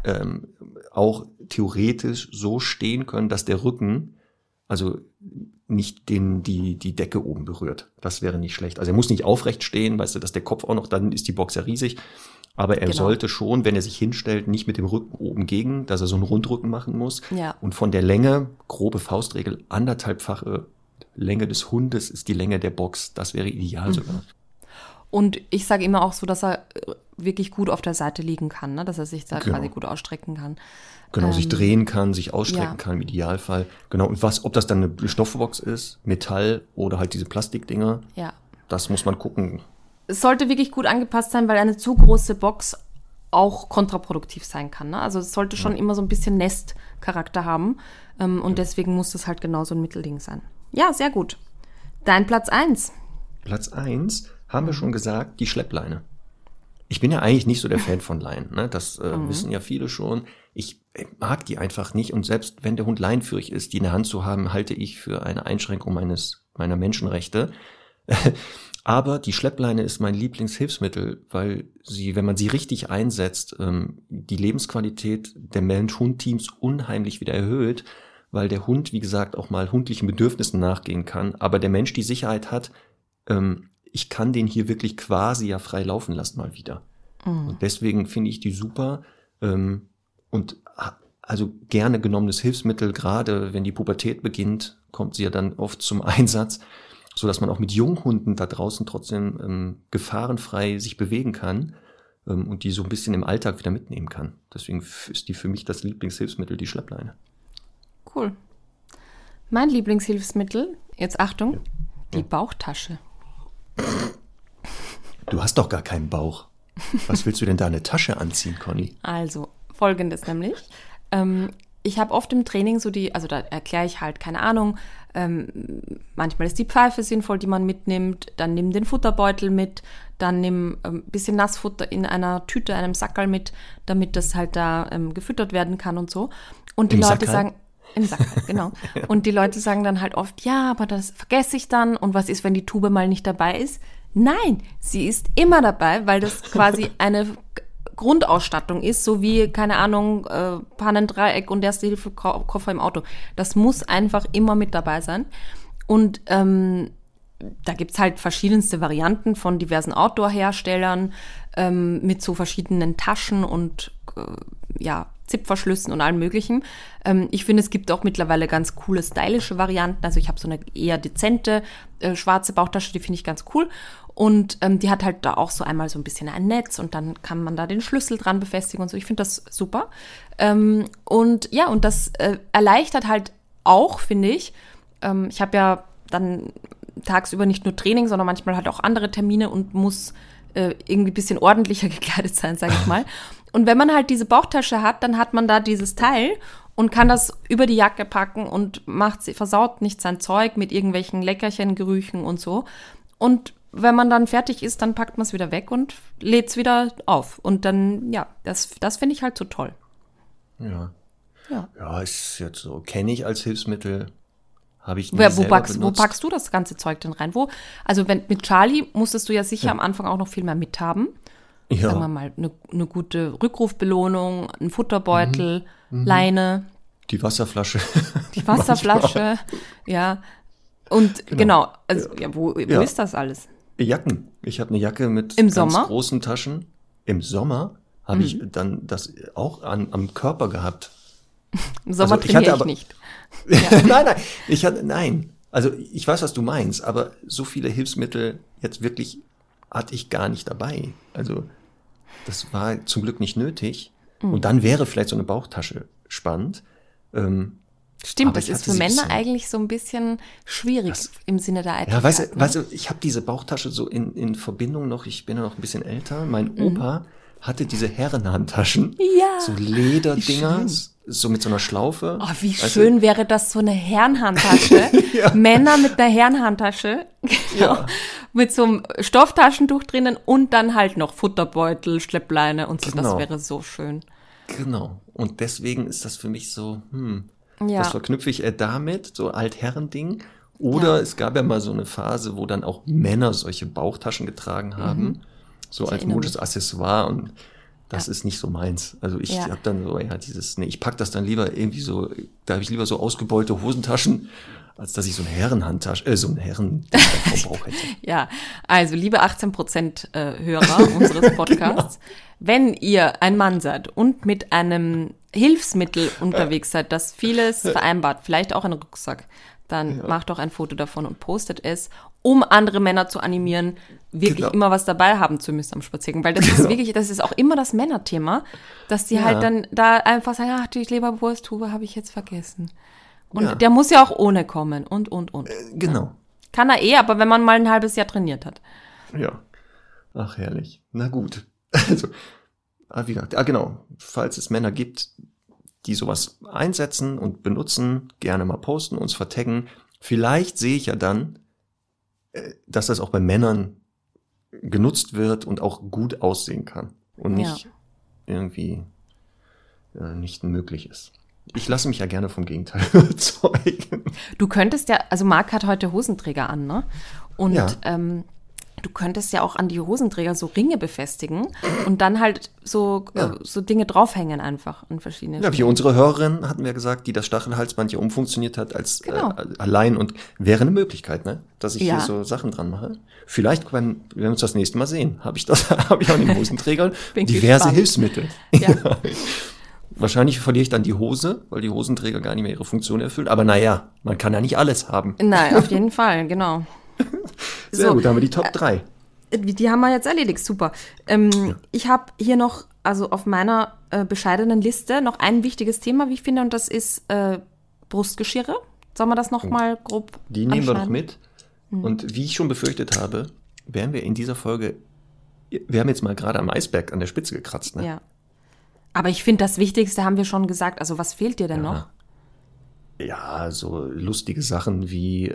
auch theoretisch so stehen können, dass der Rücken also nicht die Decke oben berührt. Das wäre nicht schlecht. Also er muss nicht aufrecht stehen, weißt du, dass der Kopf auch noch, dann ist die Box ja riesig. Aber er sollte schon, wenn er sich hinstellt, nicht mit dem Rücken oben gegen, dass er so einen Rundrücken machen muss. Ja. Und von der Länge, grobe Faustregel, 1,5-fache Länge des Hundes ist die Länge der Box. Das wäre ideal sogar. Und ich sage immer auch so, dass er wirklich gut auf der Seite liegen kann, ne? Dass er sich da quasi gut ausstrecken kann. Genau, sich drehen kann, sich ausstrecken kann im Idealfall. Genau, und ob das dann eine Stoffbox ist, Metall oder halt diese Plastikdinger, das muss man gucken. Es sollte wirklich gut angepasst sein, weil eine zu große Box auch kontraproduktiv sein kann. Ne? Also es sollte schon immer so ein bisschen Nestcharakter haben. Und deswegen muss das halt genau so ein Mittelding sein. Ja, sehr gut. Dein Platz 1. Platz 1, haben wir schon gesagt, die Schleppleine. Ich bin ja eigentlich nicht so der Fan von Leinen. Ne? Das wissen ja viele schon. Ich mag die einfach nicht. Und selbst wenn der Hund leinenführig ist, die in der Hand zu haben, halte ich für eine Einschränkung meiner Menschenrechte. Aber die Schleppleine ist mein Lieblingshilfsmittel, weil wenn man sie richtig einsetzt, die Lebensqualität der Mensch-Hund-Teams unheimlich wieder erhöht, weil der Hund, wie gesagt, auch mal hundlichen Bedürfnissen nachgehen kann, aber der Mensch die Sicherheit hat, ich kann den hier wirklich quasi frei laufen lassen mal wieder. Und deswegen finde ich die super und also gerne genommenes Hilfsmittel, gerade wenn die Pubertät beginnt, kommt sie ja dann oft zum Einsatz. so dass man auch mit Junghunden da draußen trotzdem gefahrenfrei sich bewegen kann und die so ein bisschen im Alltag wieder mitnehmen kann. Deswegen ist die für mich das Lieblingshilfsmittel, die Schleppleine. Cool. Mein Lieblingshilfsmittel, jetzt Achtung, die Bauchtasche. Du hast doch gar keinen Bauch. Was willst du denn da eine Tasche anziehen, Conny? Also, Folgendes nämlich. Ich habe oft im Training also da erkläre ich halt, keine Ahnung, manchmal ist die Pfeife sinnvoll, die man mitnimmt, dann nimm den Futterbeutel mit, dann nimm ein bisschen Nassfutter in einer Tüte, einem Sackerl mit, damit das halt da gefüttert werden kann und so. Und die Leute sagen, im Sackerl, genau. Und die Leute sagen dann halt oft, ja, aber das vergesse ich dann und was ist, wenn die Tube mal nicht dabei ist? Nein, sie ist immer dabei, weil das quasi eine Grundausstattung ist, so wie, keine Ahnung, Pannendreieck und Erste-Hilfe-Koffer im Auto. Das muss einfach immer mit dabei sein. Und da gibt's halt verschiedenste Varianten von diversen Outdoor-Herstellern mit so verschiedenen Taschen und Zipverschlüssen und allem Möglichen. Ich finde, es gibt auch mittlerweile ganz coole, stylische Varianten. Also ich habe so eine eher dezente schwarze Bauchtasche, die finde ich ganz cool. Und die hat halt da auch so einmal so ein bisschen ein Netz und dann kann man da den Schlüssel dran befestigen und so. Ich finde das super. Und das erleichtert halt auch, finde ich. Ich habe ja dann tagsüber nicht nur Training, sondern manchmal halt auch andere Termine und muss irgendwie ein bisschen ordentlicher gekleidet sein, sage ich mal. Und wenn man halt diese Bauchtasche hat, dann hat man da dieses Teil und kann das über die Jacke packen und versaut nicht sein Zeug mit irgendwelchen Leckerchen, Gerüchen und so. Und wenn man dann fertig ist, dann packt man es wieder weg und lädt es wieder auf. Und dann, das finde ich halt so toll. Ja, ist jetzt so, kenne ich als Hilfsmittel, habe ich nie Wo selber benutzt. Wo packst du das ganze Zeug denn rein? Also mit Charlie musstest du ja sicher am Anfang auch noch viel mehr mithaben. Ja. Sagen wir mal, eine gute Rückrufbelohnung, ein Futterbeutel, Leine. Die Wasserflasche. Die Wasserflasche, ja. Und genau, also wo ist das alles? Jacken. Ich habe eine Jacke mit Im ganz Sommer? großen Taschen. Im Sommer habe ich dann das auch am Körper gehabt. Im Sommer Also trainiere ich nicht. Nein. Also ich weiß, was du meinst, aber so viele Hilfsmittel jetzt wirklich hatte ich gar nicht dabei. Also das war zum Glück nicht nötig. Und dann wäre vielleicht so eine Bauchtasche spannend. Stimmt, das ist für Männer eigentlich so ein bisschen schwierig im Sinne der Eitelkeit. Ja, weißt du, ich habe diese Bauchtasche so in Verbindung noch, ich bin ja noch ein bisschen älter, mein Opa hatte diese Herrenhandtaschen, so Lederdinger, so mit so einer Schlaufe. Oh, wie schön wäre das, so eine Herrenhandtasche. Männer mit einer Herrenhandtasche, mit so einem Stofftaschentuch drinnen und dann halt noch Futterbeutel, Schleppleine und so. Genau. Das wäre so schön. Genau. Und deswegen ist das für mich so, das verknüpfe ich damit, so Altherrending. Oder es gab ja mal so eine Phase, wo dann auch Männer solche Bauchtaschen getragen haben, so als modisches Accessoire, und das ist nicht so meins. Also ich habe dann so, ich pack das dann lieber irgendwie so, da habe ich lieber so ausgebeulte Hosentaschen, als dass ich so eine Herrenhandtasche, so einen Herren vom Bauch hätte. Ja, also liebe 18% Hörer unseres Podcasts, wenn ihr ein Mann seid und mit einem Hilfsmittel unterwegs seid, das vieles vereinbart, vielleicht auch ein Rucksack, dann macht doch ein Foto davon und postet es, um andere Männer zu animieren, wirklich immer was dabei haben zu müssen am Spaziergang. Weil das ist wirklich, das ist auch immer das Männerthema, dass die halt dann da einfach sagen, ach, die Leberwursttube habe ich jetzt vergessen. Und der muss ja auch ohne kommen und. Genau. Ja. Kann er aber wenn man mal ein halbes Jahr trainiert hat. Ja. Ach, herrlich. Na gut. Also, wie gesagt, genau. Falls es Männer gibt, die sowas einsetzen und benutzen, gerne mal posten, uns vertaggen. Vielleicht sehe ich ja dann, dass das auch bei Männern genutzt wird und auch gut aussehen kann und nicht irgendwie nicht möglich ist. Ich lasse mich ja gerne vom Gegenteil überzeugen. Du könntest ja, also Marc hat heute Hosenträger an, ne? Und du könntest ja auch an die Hosenträger so Ringe befestigen und dann halt so Dinge draufhängen einfach an verschiedenen Stellen. Ja, wie unsere Hörerin hatten wir gesagt, die das Stachelhalsband ja umfunktioniert hat als allein, und wäre eine Möglichkeit, ne, dass ich hier so Sachen dran mache. Vielleicht, wenn wir uns das nächste Mal sehen, habe ich auch in den Hosenträgern diverse Hilfsmittel. Ja. Wahrscheinlich verliere ich dann die Hose, weil die Hosenträger gar nicht mehr ihre Funktion erfüllen. Aber naja, man kann ja nicht alles haben. Nein, auf jeden Fall, genau. Sehr gut, da haben wir die Top 3. Die haben wir jetzt erledigt, super. Ich habe hier noch, also auf meiner bescheidenen Liste, noch ein wichtiges Thema, wie ich finde, und das ist Brustgeschirre. Sollen wir das noch mal grob Die nehmen wir noch mit. Und wie ich schon befürchtet habe, werden wir in dieser Folge, wir haben jetzt mal gerade am Eisberg an der Spitze gekratzt. Ne? Ja. Aber ich finde, das Wichtigste haben wir schon gesagt. Also was fehlt dir denn noch? Ja, so lustige Sachen wie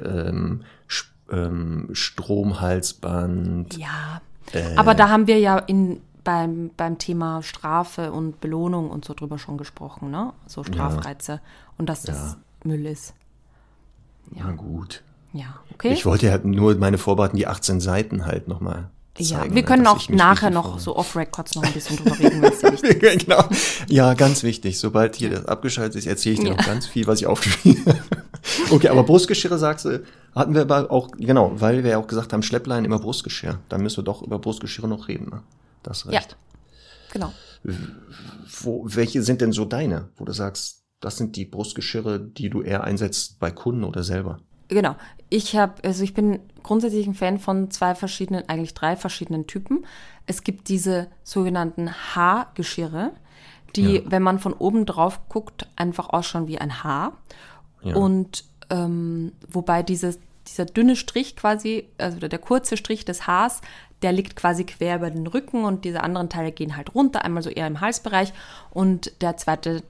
Stromhalsband. Ja, aber da haben wir ja beim Thema Strafe und Belohnung und so drüber schon gesprochen, ne? So Strafreize und dass das Müll ist. Ja. Na gut. Ja, okay. Ich wollte ja nur meine Vorbereiteten, die 18 Seiten halt nochmal zeigen. Ja, wir können auch nachher noch so off-Records noch ein bisschen drüber reden, was dir wichtig ist. Genau. Ja, ganz wichtig. Sobald hier das abgeschaltet ist, erzähle ich dir noch ganz viel, was ich aufgeschrieben habe. Okay, aber Brustgeschirre, sagst du, hatten wir aber auch, genau, weil wir ja auch gesagt haben, Schlepplein immer Brustgeschirr. Dann müssen wir doch über Brustgeschirre noch reden. Ne? Das ist recht. Ja, genau. Welche sind denn so deine, wo du sagst, das sind die Brustgeschirre, die du eher einsetzt bei Kunden oder selber? Genau. Ich bin grundsätzlich ein Fan von eigentlich 3 verschiedenen Typen. Es gibt diese sogenannten Haargeschirre, die, wenn man von oben drauf guckt, einfach ausschauen wie ein Haar. Ja. Und wobei dieser dünne Strich quasi, also der kurze Strich des Haars, der liegt quasi quer über den Rücken und diese anderen Teile gehen halt runter, einmal so eher im Halsbereich und der zweite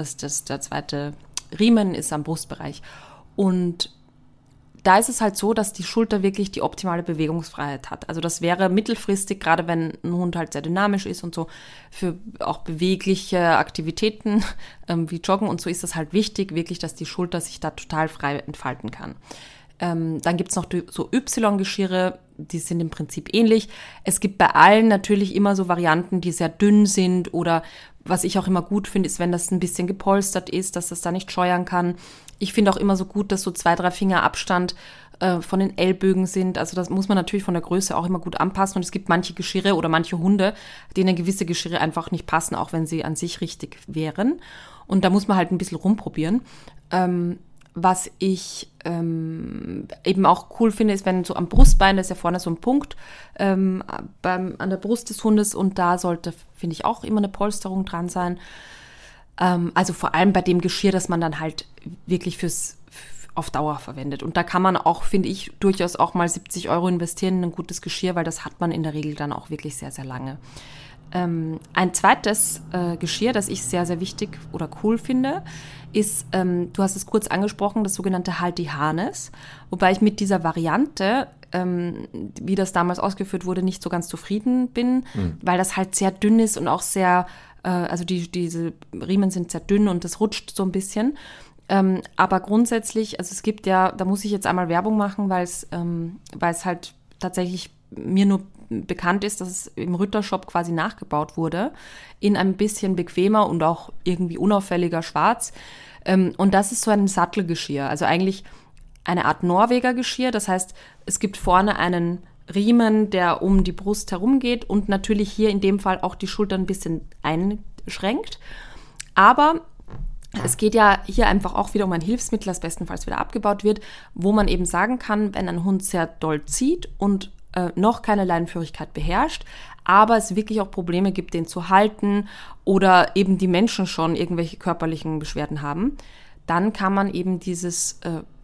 Riemen ist am Brustbereich. Und da ist es halt so, dass die Schulter wirklich die optimale Bewegungsfreiheit hat. Also das wäre mittelfristig, gerade wenn ein Hund halt sehr dynamisch ist und so, für auch bewegliche Aktivitäten wie Joggen und so ist das halt wichtig, wirklich, dass die Schulter sich da total frei entfalten kann. Dann gibt es noch so Y-Geschirre, die sind im Prinzip ähnlich. Es gibt bei allen natürlich immer so Varianten, die sehr dünn sind oder was ich auch immer gut finde, ist, wenn das ein bisschen gepolstert ist, dass das da nicht scheuern kann. Ich finde auch immer so gut, dass so 2-3 Finger Abstand von den Ellbögen sind. Also das muss man natürlich von der Größe auch immer gut anpassen. Und es gibt manche Geschirre oder manche Hunde, denen gewisse Geschirre einfach nicht passen, auch wenn sie an sich richtig wären. Und da muss man halt ein bisschen rumprobieren. Was ich eben auch cool finde, ist, wenn so am Brustbein, da ist ja vorne so ein Punkt an der Brust des Hundes und da sollte, finde ich, auch immer eine Polsterung dran sein. Also vor allem bei dem Geschirr, das man dann halt wirklich auf Dauer verwendet. Und da kann man auch, finde ich, durchaus auch mal 70 € investieren in ein gutes Geschirr, weil das hat man in der Regel dann auch wirklich sehr, sehr lange. Ein zweites Geschirr, das ich sehr, sehr wichtig oder cool finde, ist, du hast es kurz angesprochen, das sogenannte Halti Harness, wobei ich mit dieser Variante, wie das damals ausgeführt wurde, nicht so ganz zufrieden bin, weil das halt sehr dünn ist und auch sehr, also diese Riemen sind sehr dünn und das rutscht so ein bisschen. Aber grundsätzlich, also es gibt ja, da muss ich jetzt einmal Werbung machen, weil es halt tatsächlich mir nur bekannt ist, dass es im Rütter-Shop quasi nachgebaut wurde, in ein bisschen bequemer und auch irgendwie unauffälliger Schwarz. Und das ist so ein Sattelgeschirr, also eigentlich eine Art Norweger-Geschirr. Das heißt, es gibt vorne einen Riemen, der um die Brust herumgeht und natürlich hier in dem Fall auch die Schulter ein bisschen einschränkt. Aber es geht ja hier einfach auch wieder um ein Hilfsmittel, das bestenfalls wieder abgebaut wird, wo man eben sagen kann, wenn ein Hund sehr doll zieht und noch keine Leinenführigkeit beherrscht, aber es wirklich auch Probleme gibt, den zu halten oder eben die Menschen schon irgendwelche körperlichen Beschwerden haben, dann kann man eben dieses,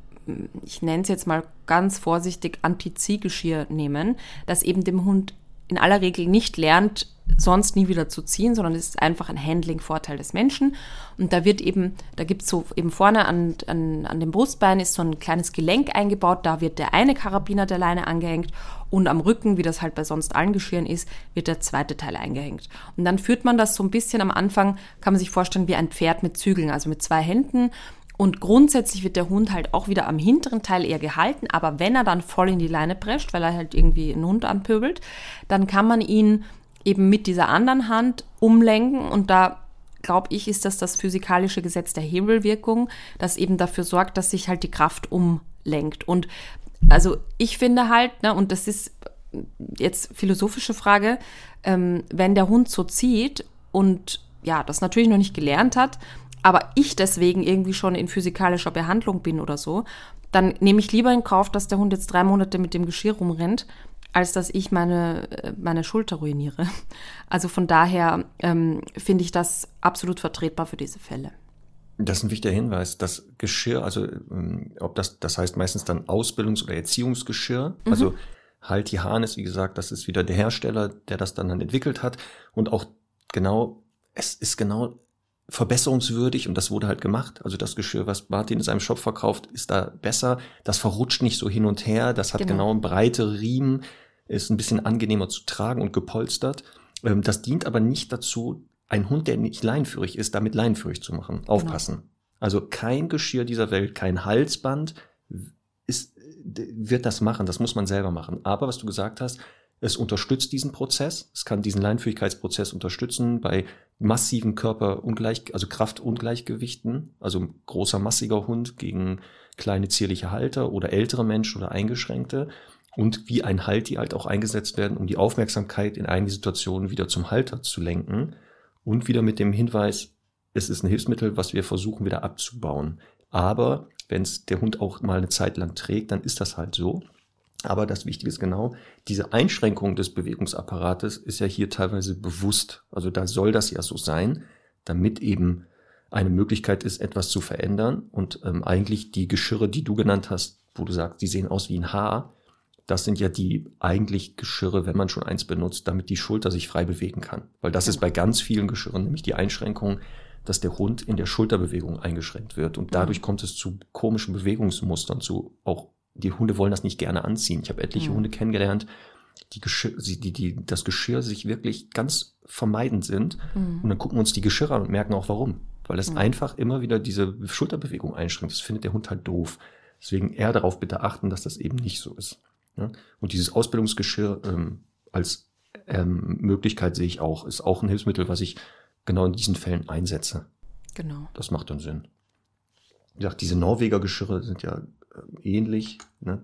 ich nenne es jetzt mal ganz vorsichtig, Anti-Ziehgeschirr nehmen, das eben dem Hund in aller Regel nicht lernt, sonst nie wieder zu ziehen, sondern es ist einfach ein Handling-Vorteil des Menschen. Und da gibt es so eben vorne an dem Brustbein ist so ein kleines Gelenk eingebaut, da wird der eine Karabiner der Leine angehängt und am Rücken, wie das halt bei sonst allen Geschirren ist, wird der zweite Teil eingehängt. Und dann führt man das so ein bisschen am Anfang, kann man sich vorstellen, wie ein Pferd mit Zügeln, also mit 2 Händen. Und grundsätzlich wird der Hund halt auch wieder am hinteren Teil eher gehalten, aber wenn er dann voll in die Leine prescht, weil er halt irgendwie einen Hund anpöbelt, dann kann man ihn eben mit dieser anderen Hand umlenken und da, glaube ich, ist das physikalische Gesetz der Hebelwirkung, das eben dafür sorgt, dass sich halt die Kraft umlenkt. Und also ich finde halt, ne, und das ist jetzt philosophische Frage, wenn der Hund so zieht und ja, das natürlich noch nicht gelernt hat, aber ich deswegen irgendwie schon in physikalischer Behandlung bin oder so, dann nehme ich lieber in Kauf, dass der Hund jetzt 3 Monate mit dem Geschirr rumrennt, als dass ich meine Schulter ruiniere. Also von daher finde ich das absolut vertretbar für diese Fälle. Das ist ein wichtiger Hinweis. Das Geschirr, also ob das heißt meistens dann Ausbildungs- oder Erziehungsgeschirr. Also Halti Harness, wie gesagt, das ist wieder der Hersteller, der das dann entwickelt hat. Und auch genau, es ist genau verbesserungswürdig und das wurde halt gemacht. Also das Geschirr, was Martin in seinem Shop verkauft, ist da besser. Das verrutscht nicht so hin und her. Das hat genau breite Riemen, ist ein bisschen angenehmer zu tragen und gepolstert. Das dient aber nicht dazu, einen Hund, der nicht leinenführig ist, damit leinenführig zu machen. Aufpassen. Genau. Also kein Geschirr dieser Welt, kein Halsband wird das machen. Das muss man selber machen. Aber was du gesagt hast, es unterstützt diesen Prozess. Es kann diesen Leinenführigkeitsprozess unterstützen bei massiven also Kraftungleichgewichten. Also ein großer, massiger Hund gegen kleine, zierliche Halter oder ältere Menschen oder Eingeschränkte. Und wie ein Halti halt auch eingesetzt werden, um die Aufmerksamkeit in einigen Situationen wieder zum Halter zu lenken. Und wieder mit dem Hinweis, es ist ein Hilfsmittel, was wir versuchen wieder abzubauen. Aber wenn es der Hund auch mal eine Zeit lang trägt, dann ist das halt so. Aber das Wichtige ist genau, diese Einschränkung des Bewegungsapparates ist ja hier teilweise bewusst. Also da soll das ja so sein, damit eben eine Möglichkeit ist, etwas zu verändern. Und eigentlich die Geschirre, die du genannt hast, wo du sagst, die sehen aus wie ein Haar, das sind ja die eigentlich Geschirre, wenn man schon eins benutzt, damit die Schulter sich frei bewegen kann. Weil das ist bei ganz vielen Geschirren nämlich die Einschränkung, dass der Hund in der Schulterbewegung eingeschränkt wird. Und dadurch kommt es zu komischen Bewegungsmustern, die Hunde wollen das nicht gerne anziehen. Ich habe etliche Hunde kennengelernt, das Geschirr sich wirklich ganz vermeidend sind. Und dann gucken wir uns die Geschirre an und merken auch warum. Weil es einfach immer wieder diese Schulterbewegung einschränkt. Das findet der Hund halt doof. Deswegen eher darauf bitte achten, dass das eben nicht so ist. Ja? Und dieses Ausbildungsgeschirr als Möglichkeit sehe ich auch, ist auch ein Hilfsmittel, was ich genau in diesen Fällen einsetze. Genau. Das macht dann Sinn. Wie gesagt, diese Norweger Geschirre sind ja ähnlich. Ne?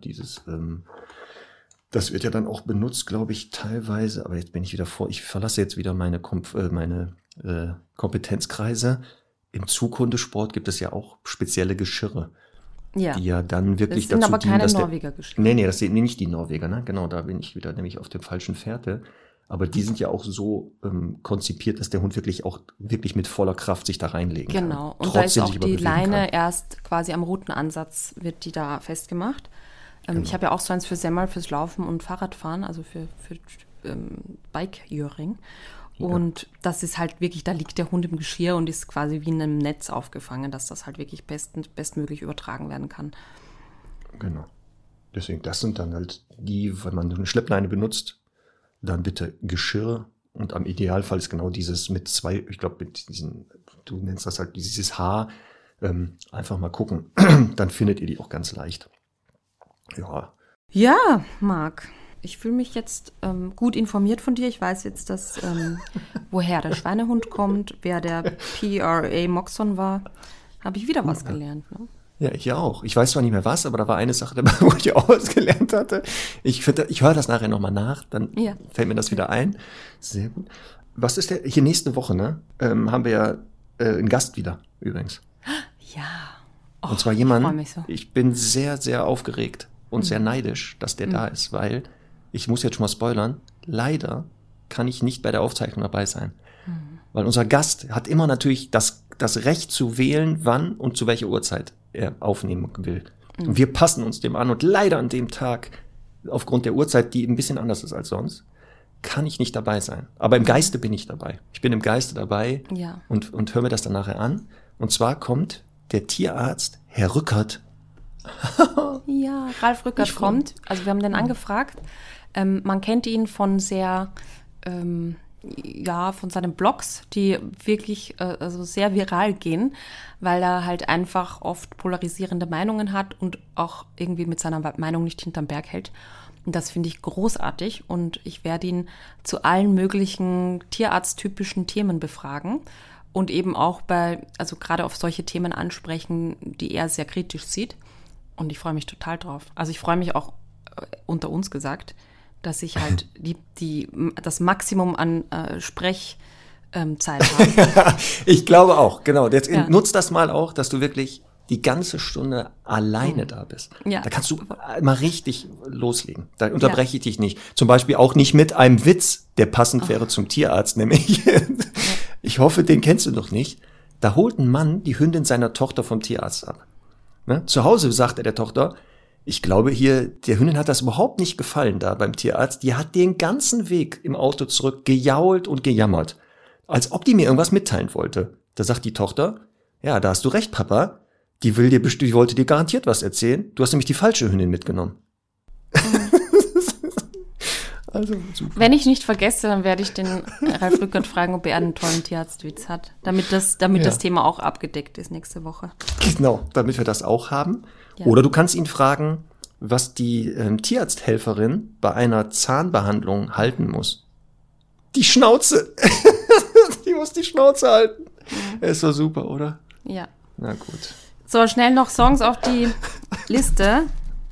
Das wird ja dann auch benutzt, glaube ich, teilweise. Aber jetzt bin ich wieder ich verlasse jetzt wieder meine Kompetenzkreise. Im Zughundesport gibt es ja auch spezielle Geschirre. Ja. Die ja dann wirklich dazu dienen, das sind aber keine Norweger Geschirre. Nee, das sind nicht die Norweger, ne? Genau, da bin ich wieder nämlich auf der falschen Fährte. Aber die sind ja auch so konzipiert, dass der Hund wirklich mit voller Kraft sich da reinlegen kann. Genau, und da ist auch die Leine erst quasi am Rutenansatz wird die da festgemacht. Genau. Ich habe ja auch so eins für Semmel, fürs Laufen und Fahrradfahren, also für Bike-Jöring. Und das ist halt wirklich, da liegt der Hund im Geschirr und ist quasi wie in einem Netz aufgefangen, dass das halt wirklich bestmöglich übertragen werden kann. Genau. Deswegen, das sind dann halt die, wenn man eine Schleppleine benutzt, dann bitte Geschirr. Und am Idealfall ist genau dieses mit zwei, ich glaube mit diesen, du nennst das halt dieses Haar, einfach mal gucken. Dann findet ihr die auch ganz leicht. Ja. Ja, Marc. Ich fühle mich jetzt gut informiert von dir. Ich weiß jetzt, woher der Schweinehund kommt, wer der PRA Moxon war. Habe ich wieder was gelernt. Ne? Ja, ich auch. Ich weiß zwar nicht mehr was, aber da war eine Sache dabei, wo ich auch was gelernt hatte. Ich höre das nachher nochmal nach, dann fällt mir das wieder ein. Sehr gut. Was ist hier nächste Woche, ne? Haben wir ja einen Gast wieder, übrigens. Ja. Oh, und zwar jemand, ich bin sehr, sehr aufgeregt und sehr neidisch, dass der da ist, weil ich muss jetzt schon mal spoilern, leider kann ich nicht bei der Aufzeichnung dabei sein. Weil unser Gast hat immer natürlich das Recht zu wählen, wann und zu welcher Uhrzeit er aufnehmen will. Und wir passen uns dem an und leider an dem Tag, aufgrund der Uhrzeit, die ein bisschen anders ist als sonst, kann ich nicht dabei sein. Aber im Geiste bin ich dabei. Ich bin im Geiste dabei und höre mir das dann nachher an. Und zwar kommt der Tierarzt Herr Rückert. Ja, Ralf Rückert kommt. Also wir haben den angefragt. Man kennt ihn von von seinen Blogs, die wirklich sehr viral gehen, weil er halt einfach oft polarisierende Meinungen hat und auch irgendwie mit seiner Meinung nicht hinterm Berg hält. Und das finde ich großartig und ich werde ihn zu allen möglichen tierarzttypischen Themen befragen und eben auch gerade auf solche Themen ansprechen, die er sehr kritisch sieht. Und ich freue mich total drauf. Also ich freue mich auch unter uns gesagt, dass ich halt das Maximum an Zeit haben. Ich glaube auch, genau. Jetzt nutzt das mal auch, dass du wirklich die ganze Stunde alleine da bist. Ja. Da kannst du mal richtig loslegen. Da unterbreche ich dich nicht. Zum Beispiel auch nicht mit einem Witz, der passend wäre zum Tierarzt, nämlich, ich hoffe, den kennst du noch nicht. Da holt ein Mann die Hündin seiner Tochter vom Tierarzt ab. Ne? Zu Hause sagt er der Tochter, ich glaube hier, der Hündin hat das überhaupt nicht gefallen da beim Tierarzt. Die hat den ganzen Weg im Auto zurück gejault und gejammert. Als ob die mir irgendwas mitteilen wollte. Da sagt die Tochter, ja, da hast du recht, Papa. Die wollte dir garantiert was erzählen. Du hast nämlich die falsche Hündin mitgenommen. Also, super. Wenn ich nicht vergesse, dann werde ich den Ralf Rückert fragen, ob er einen tollen Tierarztwitz hat. Damit das Thema auch abgedeckt ist nächste Woche. Genau, damit wir das auch haben. Ja. Oder du kannst ihn fragen, was die Tierarzthelferin bei einer Zahnbehandlung halten muss. Die Schnauze. Die muss die Schnauze halten. Ist doch super, oder? Ja. Na gut. So, schnell noch Songs auf die Liste.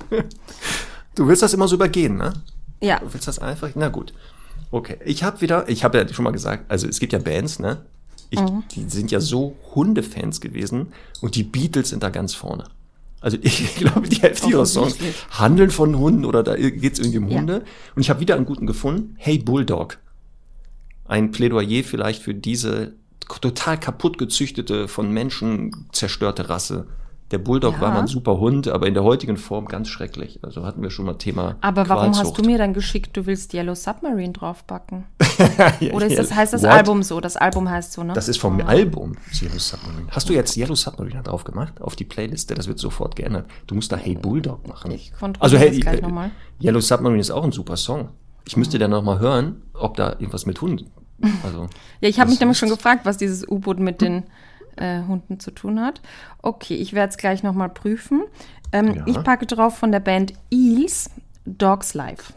Du willst das immer so übergehen, ne? Ja. Du willst das einfach? Na gut. Okay. Ich habe ja schon mal gesagt, also es gibt ja Bands, ne? Die sind ja so Hundefans gewesen und die Beatles sind da ganz vorne. Also ich glaube, die Hälfte ihrer Songs handeln von Hunden oder da geht's irgendwie um Hunde. Und ich habe wieder einen guten gefunden. Hey Bulldog. Ein Plädoyer vielleicht für diese total kaputt gezüchtete, von Menschen zerstörte Rasse. Der Bulldog war mal ein super Hund, aber in der heutigen Form ganz schrecklich. Also hatten wir schon mal Thema Aber warum Qualzucht. hast du mir dann geschickt, du willst Yellow Submarine draufpacken? Ja, Oder heißt das What? Album so? Das Album heißt so, ne? Das ist vom Album Yellow Submarine. Hast du jetzt Yellow Submarine drauf gemacht? Auf die Playliste? Das wird sofort geändert. Du musst da Hey Bulldog machen. Ich kontrolliere das gleich nochmal. Yellow Submarine ist auch ein super Song. Ich müsste dann noch mal hören, ob da irgendwas mit Hunden. Also, ja, ich habe mich nämlich schon gefragt, was dieses U-Boot mit den Hunden zu tun hat. Okay, ich werde es gleich nochmal prüfen. Ich packe drauf von der Band Eels, Dogs Life.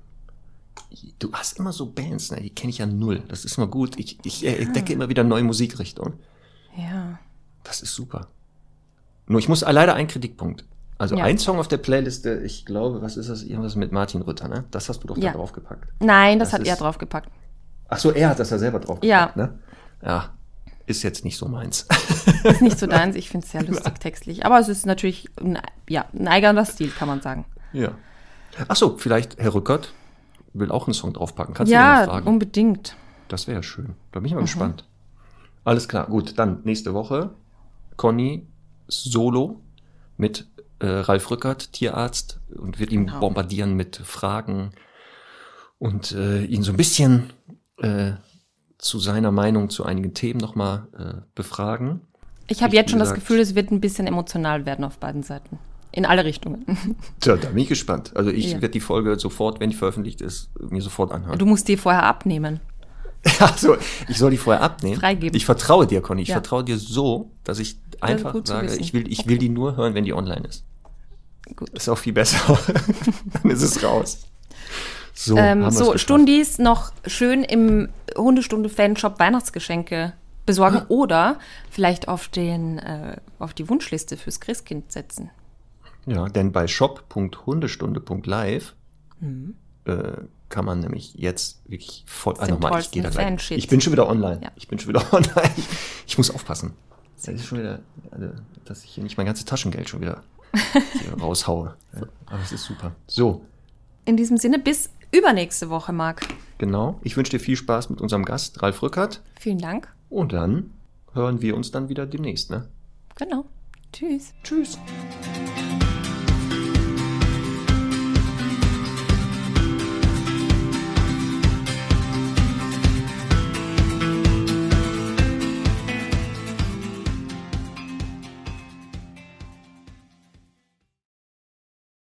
Du hast immer so Bands, ne? Die kenne ich ja null. Das ist mal gut. Ich entdecke immer wieder neue Musikrichtungen. Ja. Das ist super. Nur ich muss leider einen Kritikpunkt. Also ein Song auf der Playliste, ich glaube, was ist das? Irgendwas mit Martin Rütter, ne? Das hast du doch da draufgepackt. Nein, das hat er draufgepackt. Ach so, er hat das ja selber draufgepackt, ne? Ja, ist jetzt nicht so meins. Ist nicht so deins, ich finde es sehr lustig textlich. Aber es ist natürlich ein eigener Stil, kann man sagen. Ja. Ach so, vielleicht Herr Rückert will auch einen Song draufpacken. Kannst du ihn mal fragen? Ja, unbedingt. Das wäre ja schön. Da bin ich mal gespannt. Alles klar, gut. Dann nächste Woche Conny solo mit Ralf Rückert, Tierarzt, und wird ihn bombardieren mit Fragen und ihn so ein bisschen zu seiner Meinung zu einigen Themen nochmal befragen. Ich habe jetzt schon das Gefühl, es wird ein bisschen emotional werden auf beiden Seiten. In alle Richtungen. Tja, da bin ich gespannt. Also ich werde die Folge sofort, wenn die veröffentlicht ist, mir sofort anhören. Du musst die vorher abnehmen. Also, ich soll die vorher abnehmen? Freigeben. Ich vertraue dir, Conny. Ich vertraue dir so, dass ich einfach sage, wissen. ich will die nur hören, wenn die online ist. Gut. Das ist auch viel besser. Dann ist es raus. So, so Stundis noch schön im Hundestunde-Fanshop Weihnachtsgeschenke besorgen oder vielleicht auf die Wunschliste fürs Christkind setzen. Ja, denn bei shop.hundestunde.live kann man nämlich jetzt wirklich voll... nochmal, ich bin schon wieder online. Ja. Ich muss aufpassen. Das ist schon wieder, dass ich hier nicht mein ganzes Taschengeld schon wieder hier raushaue. Ja, aber es ist super. So. In diesem Sinne, bis übernächste Woche, Marc. Genau. Ich wünsche dir viel Spaß mit unserem Gast, Ralf Rückert. Vielen Dank. Und dann hören wir uns dann wieder demnächst, ne? Genau. Tschüss. Tschüss.